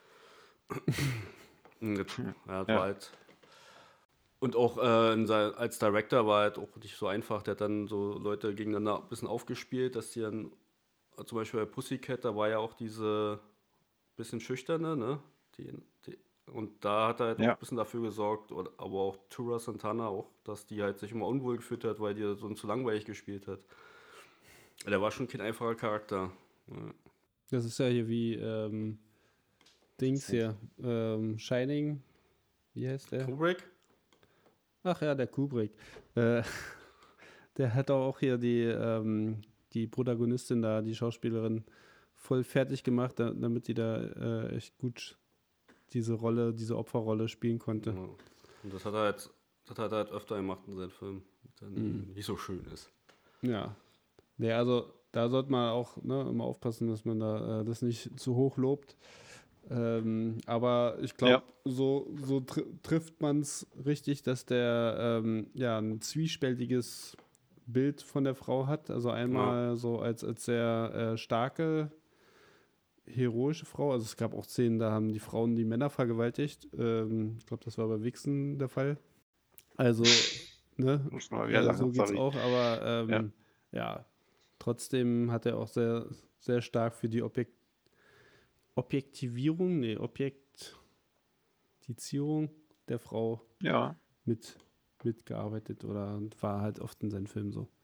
ja, das war Ja, halt. Und auch als Director war halt auch nicht so einfach. Der hat dann so Leute gegeneinander ein bisschen aufgespielt, dass die dann, zum Beispiel bei Pussycat, da war ja auch diese bisschen schüchterne, ne? Die, die, und da hat er halt auch ein ja, bisschen dafür gesorgt, aber auch Tura Santana auch, dass die halt sich immer unwohl gefühlt hat, weil die so zu langweilig gespielt hat. Der war schon kein einfacher Charakter. Ja. das ist ja hier wie Dings Zeit. hier. Shining, wie heißt der? Kubrick? Ach ja, der Kubrick. Äh, der hat auch hier die Protagonistin da, die Schauspielerin, voll fertig gemacht, damit die da echt gut diese Rolle, diese Opferrolle spielen Ja. konnte. Und das hat er halt öfter gemacht in seinen Filmen, Mhm. dann nicht so schön ist. Ja. Nee, also da sollte man auch immer aufpassen, dass man da das nicht zu hoch lobt. Aber ich glaube, Ja, so trifft man es richtig, dass der ja ein zwiespältiges Bild von der Frau hat. Also Ja. einmal so als sehr starke, heroische Frau. Also es gab auch Szenen, da haben die Frauen die Männer vergewaltigt. Ich glaube, das war bei Vixen der Fall. Also, ne, muss man mal wieder lachen, so geht's sorry. auch, aber Ja, ja, trotzdem hat er auch sehr, sehr stark für die Objektivierung, nee, Objektizierung der Frau ja, mit, mitgearbeitet oder war halt oft in seinen Filmen so.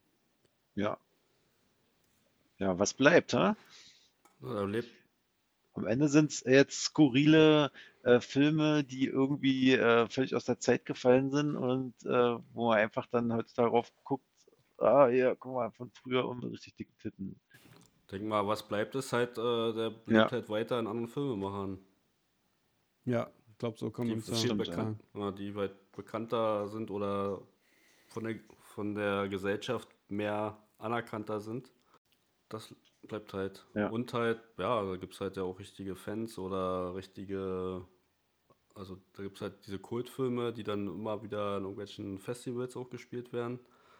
ja. Ja, was bleibt, ha? Er lebt, Am Ende sind es jetzt skurrile Filme, die irgendwie völlig aus der Zeit gefallen sind und wo man einfach dann halt darauf guckt, ah ja, guck mal, von früher und richtig dicke Titten. Denk mal, was bleibt es halt, der Ja, lebt halt weiter in anderen Filmemachern, Ja, ich glaube, so kann die man es das viel stimmt, ja. sagen. die weit bekannter sind oder von der Gesellschaft mehr anerkannter sind. Das bleibt halt. Ja. Und halt, ja, da gibt es halt ja auch richtige Fans oder richtige, also da gibt es halt diese Kultfilme, die dann immer wieder in irgendwelchen Festivals auch gespielt werden.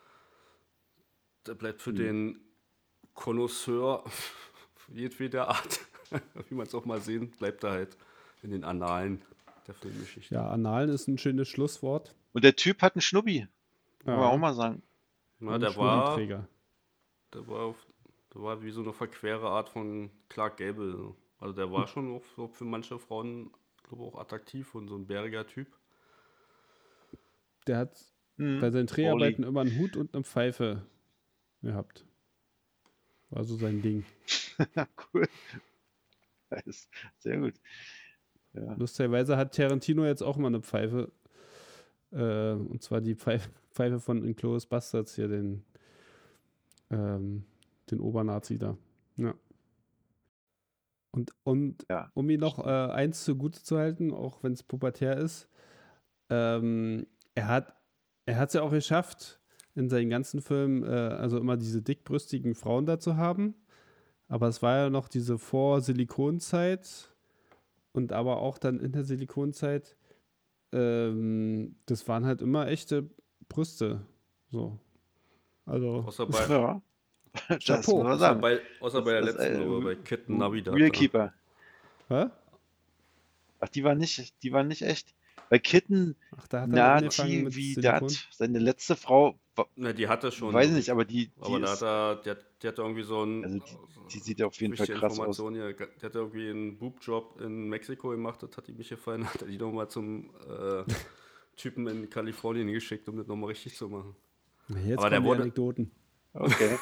Da bleibt für Hm. den Connoisseur jedweder Art, wie man es auch mal sehen, bleibt da halt in den Annalen der Filmgeschichte. Ja, Annalen ist ein schönes Schlusswort. Und der Typ hat einen Schnubbi, muss man auch Ja, mal sagen. Na, ein der war, Schnubbiträger. der war, auf, der war wie so eine verquere Art von Clark Gable. Also der war schon auch so für manche Frauen, glaube auch attraktiv und so ein bäriger Typ. Der hat bei Hm. seinen Pauli. Dreharbeiten immer einen Hut und eine Pfeife gehabt. War so sein Ding. Cool. Nice. Sehr gut. Ja. Lustigerweise hat Tarantino jetzt auch mal eine Pfeife. Und zwar die Pfeife von Inglourious Basterds hier, den Obernazi da. Ja. Und Ja. um ihn noch eins zugute zu halten, auch wenn es pubertär ist, er hat es ja auch geschafft, in seinen ganzen Filmen also immer diese dickbrüstigen Frauen da zu haben. Aber es war ja noch diese Vor-Silikonzeit und aber auch dann in der Silikonzeit, das waren halt immer echte Brüste. So. Also, Außer bei, Ja. Das Chapeau. muss man außer sagen. bei, außer bei der Das, letzten, glaube ich, bei Kitten Navidad. Real Keeper. hä? Ach, die waren nicht echt. Bei Kitten Ach, da hat er angefangen mit Natividad, Silikon. seine letzte Frau, Ne, die hatte schon. weiß ich nicht, aber die Aber da hat ist, er, die hat irgendwie so ein, also die sieht auf jeden Fall wichtige krass aus. Information hier, die hat irgendwie einen Boobjob in Mexiko gemacht, das hat ihm nicht gefallen, hat er die nochmal zum Typen in Kalifornien geschickt, um das nochmal richtig zu machen. Na, jetzt Aber der kommen die wurde- Anekdoten. Okay.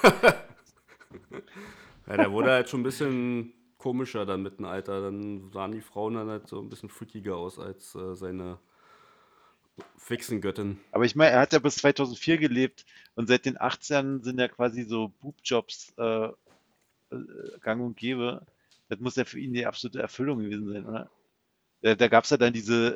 Ja, der wurde halt schon ein bisschen komischer dann mit dem Alter, dann sahen die Frauen dann halt so ein bisschen freakiger aus als seine Fixengöttin. Aber ich meine, er hat ja bis 2004 gelebt und seit den 80ern sind ja quasi so Boobjobs gang und gäbe. Das muss ja für ihn die absolute Erfüllung gewesen sein, oder? Da gab es ja dann diese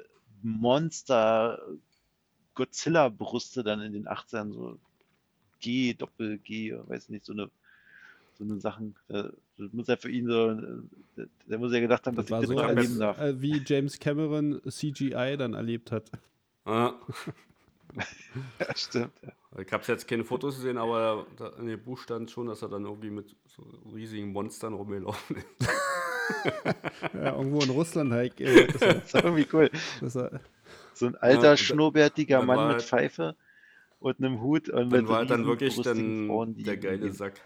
Monster-Godzilla-Brüste dann in den 80ern, so G, Doppel-G, weiß nicht, so eine Sachen. Das muss ja für ihn so, der muss ja gedacht haben, dass Das ich war das so, noch als, erleben darf. wie James Cameron CGI dann erlebt hat. Ja, Ja, stimmt. Ja. ich habe jetzt keine Fotos gesehen, aber da in dem Buch stand schon, dass er dann irgendwie mit so riesigen Monstern rumgelaufen ist. Ja, irgendwo in Russland halt. Das ist irgendwie cool. So ein alter, Ja, schnurrbärtiger dann Mann war mit halt- Pfeife und einem Hut und Dann mit war halt dann wirklich riesenbrüstigen dann Frauen, die der ihm geile gehen. Sack.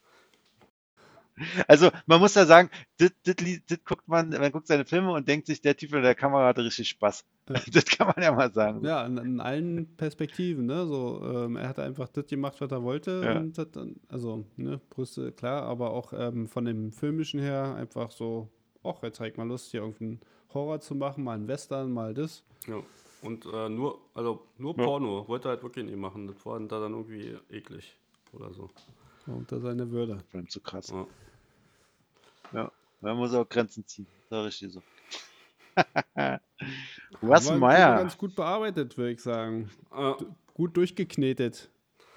Also man muss ja sagen, das guckt man guckt seine Filme und denkt sich, der Typ in der Kamera hatte richtig Spaß. Das kann man ja mal sagen. Ja, in allen Perspektiven, ne? So, er hat einfach das gemacht, was er wollte. Ja. Und das dann, also, ne, Brüste, klar, aber auch von dem Filmischen her einfach so, ach, jetzt habe ich mal Lust, hier irgendeinen Horror zu machen, mal einen Western, mal das. Ja. Und nur Ja. Porno. Wollte er halt wirklich nicht machen. Das war da dann irgendwie eklig oder so. Unter seine Würde. Vor allem zu krass. Ja. Ja. Man muss auch Grenzen ziehen. Das ist richtig so. Haben Was wir Meier? ganz gut bearbeitet, würde ich sagen. Äh, Gut durchgeknetet.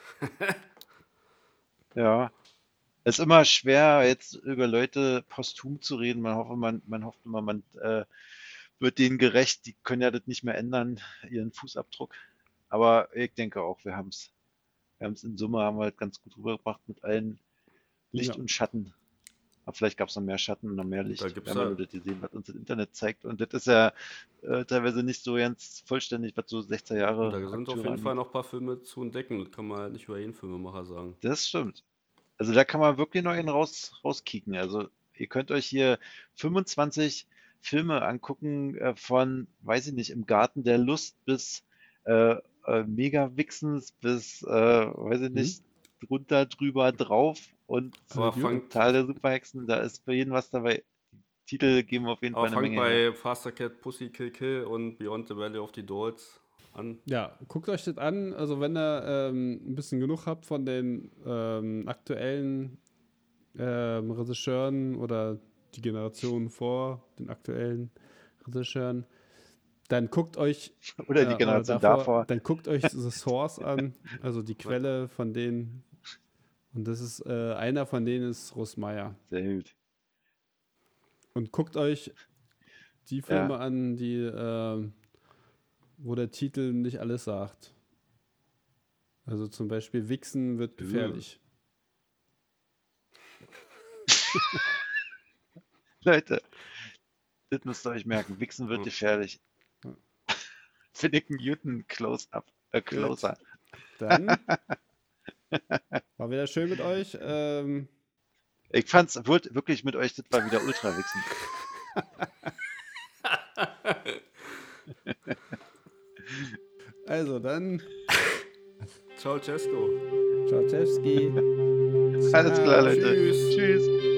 Ja. Es ist immer schwer, jetzt über Leute posthum zu reden. Man hofft immer, man wird denen gerecht. Die können ja das nicht mehr ändern, ihren Fußabdruck. Aber ich denke auch, wir haben es. In Summe haben wir halt ganz gut rübergebracht mit allen Licht Ja. und Schatten. Aber vielleicht gab es noch mehr Schatten und noch mehr Licht. Da gibt's Wir haben ja ja- nur das gesehen, was uns das Internet zeigt. Und das ist ja teilweise nicht so ganz vollständig, was so 16 Jahre da sind auf Akteure jeden Fall angeht. noch ein paar Filme zu entdecken. Das kann man halt nicht über jeden Filmemacher sagen. Das stimmt. Also da kann man wirklich noch einen rauskicken. Also ihr könnt euch hier 25 Filme angucken von, weiß ich nicht, im Garten der Lust bis Mega-Wixens bis, weiß ich nicht, drunter, drüber, drauf und Aber Idiot. fangt, Tal der Superhexen. Da ist für jeden was dabei. Titel geben auf jeden Fall Aber eine fangt Menge her. bei Faster Cat, Pussy Kill Kill und Beyond the Valley of the Dolls an. Ja, guckt euch das an. Also wenn ihr ein bisschen genug habt von den aktuellen Regisseuren oder die Generation vor den aktuellen Regisseuren, dann guckt euch Oder die oder Generation davor. dann guckt euch The Source an, also die Quelle von denen. Und das ist einer von denen ist Rosmeier. Sehr gut. Und guckt euch die Filme an, die wo der Titel nicht alles sagt. Also zum Beispiel Wichsen wird gefährlich. Leute, das müsst ihr euch merken. Wichsen wird gefährlich. Finnicken Newton Close-up. Closer. Dann war wieder schön mit euch. Ich fand's wirklich mit euch, das war wieder ultra Wichsen. Also dann, Ciao, Cesco. Ceausescu. Alles klar, Leute. Tschüss. Tschüss.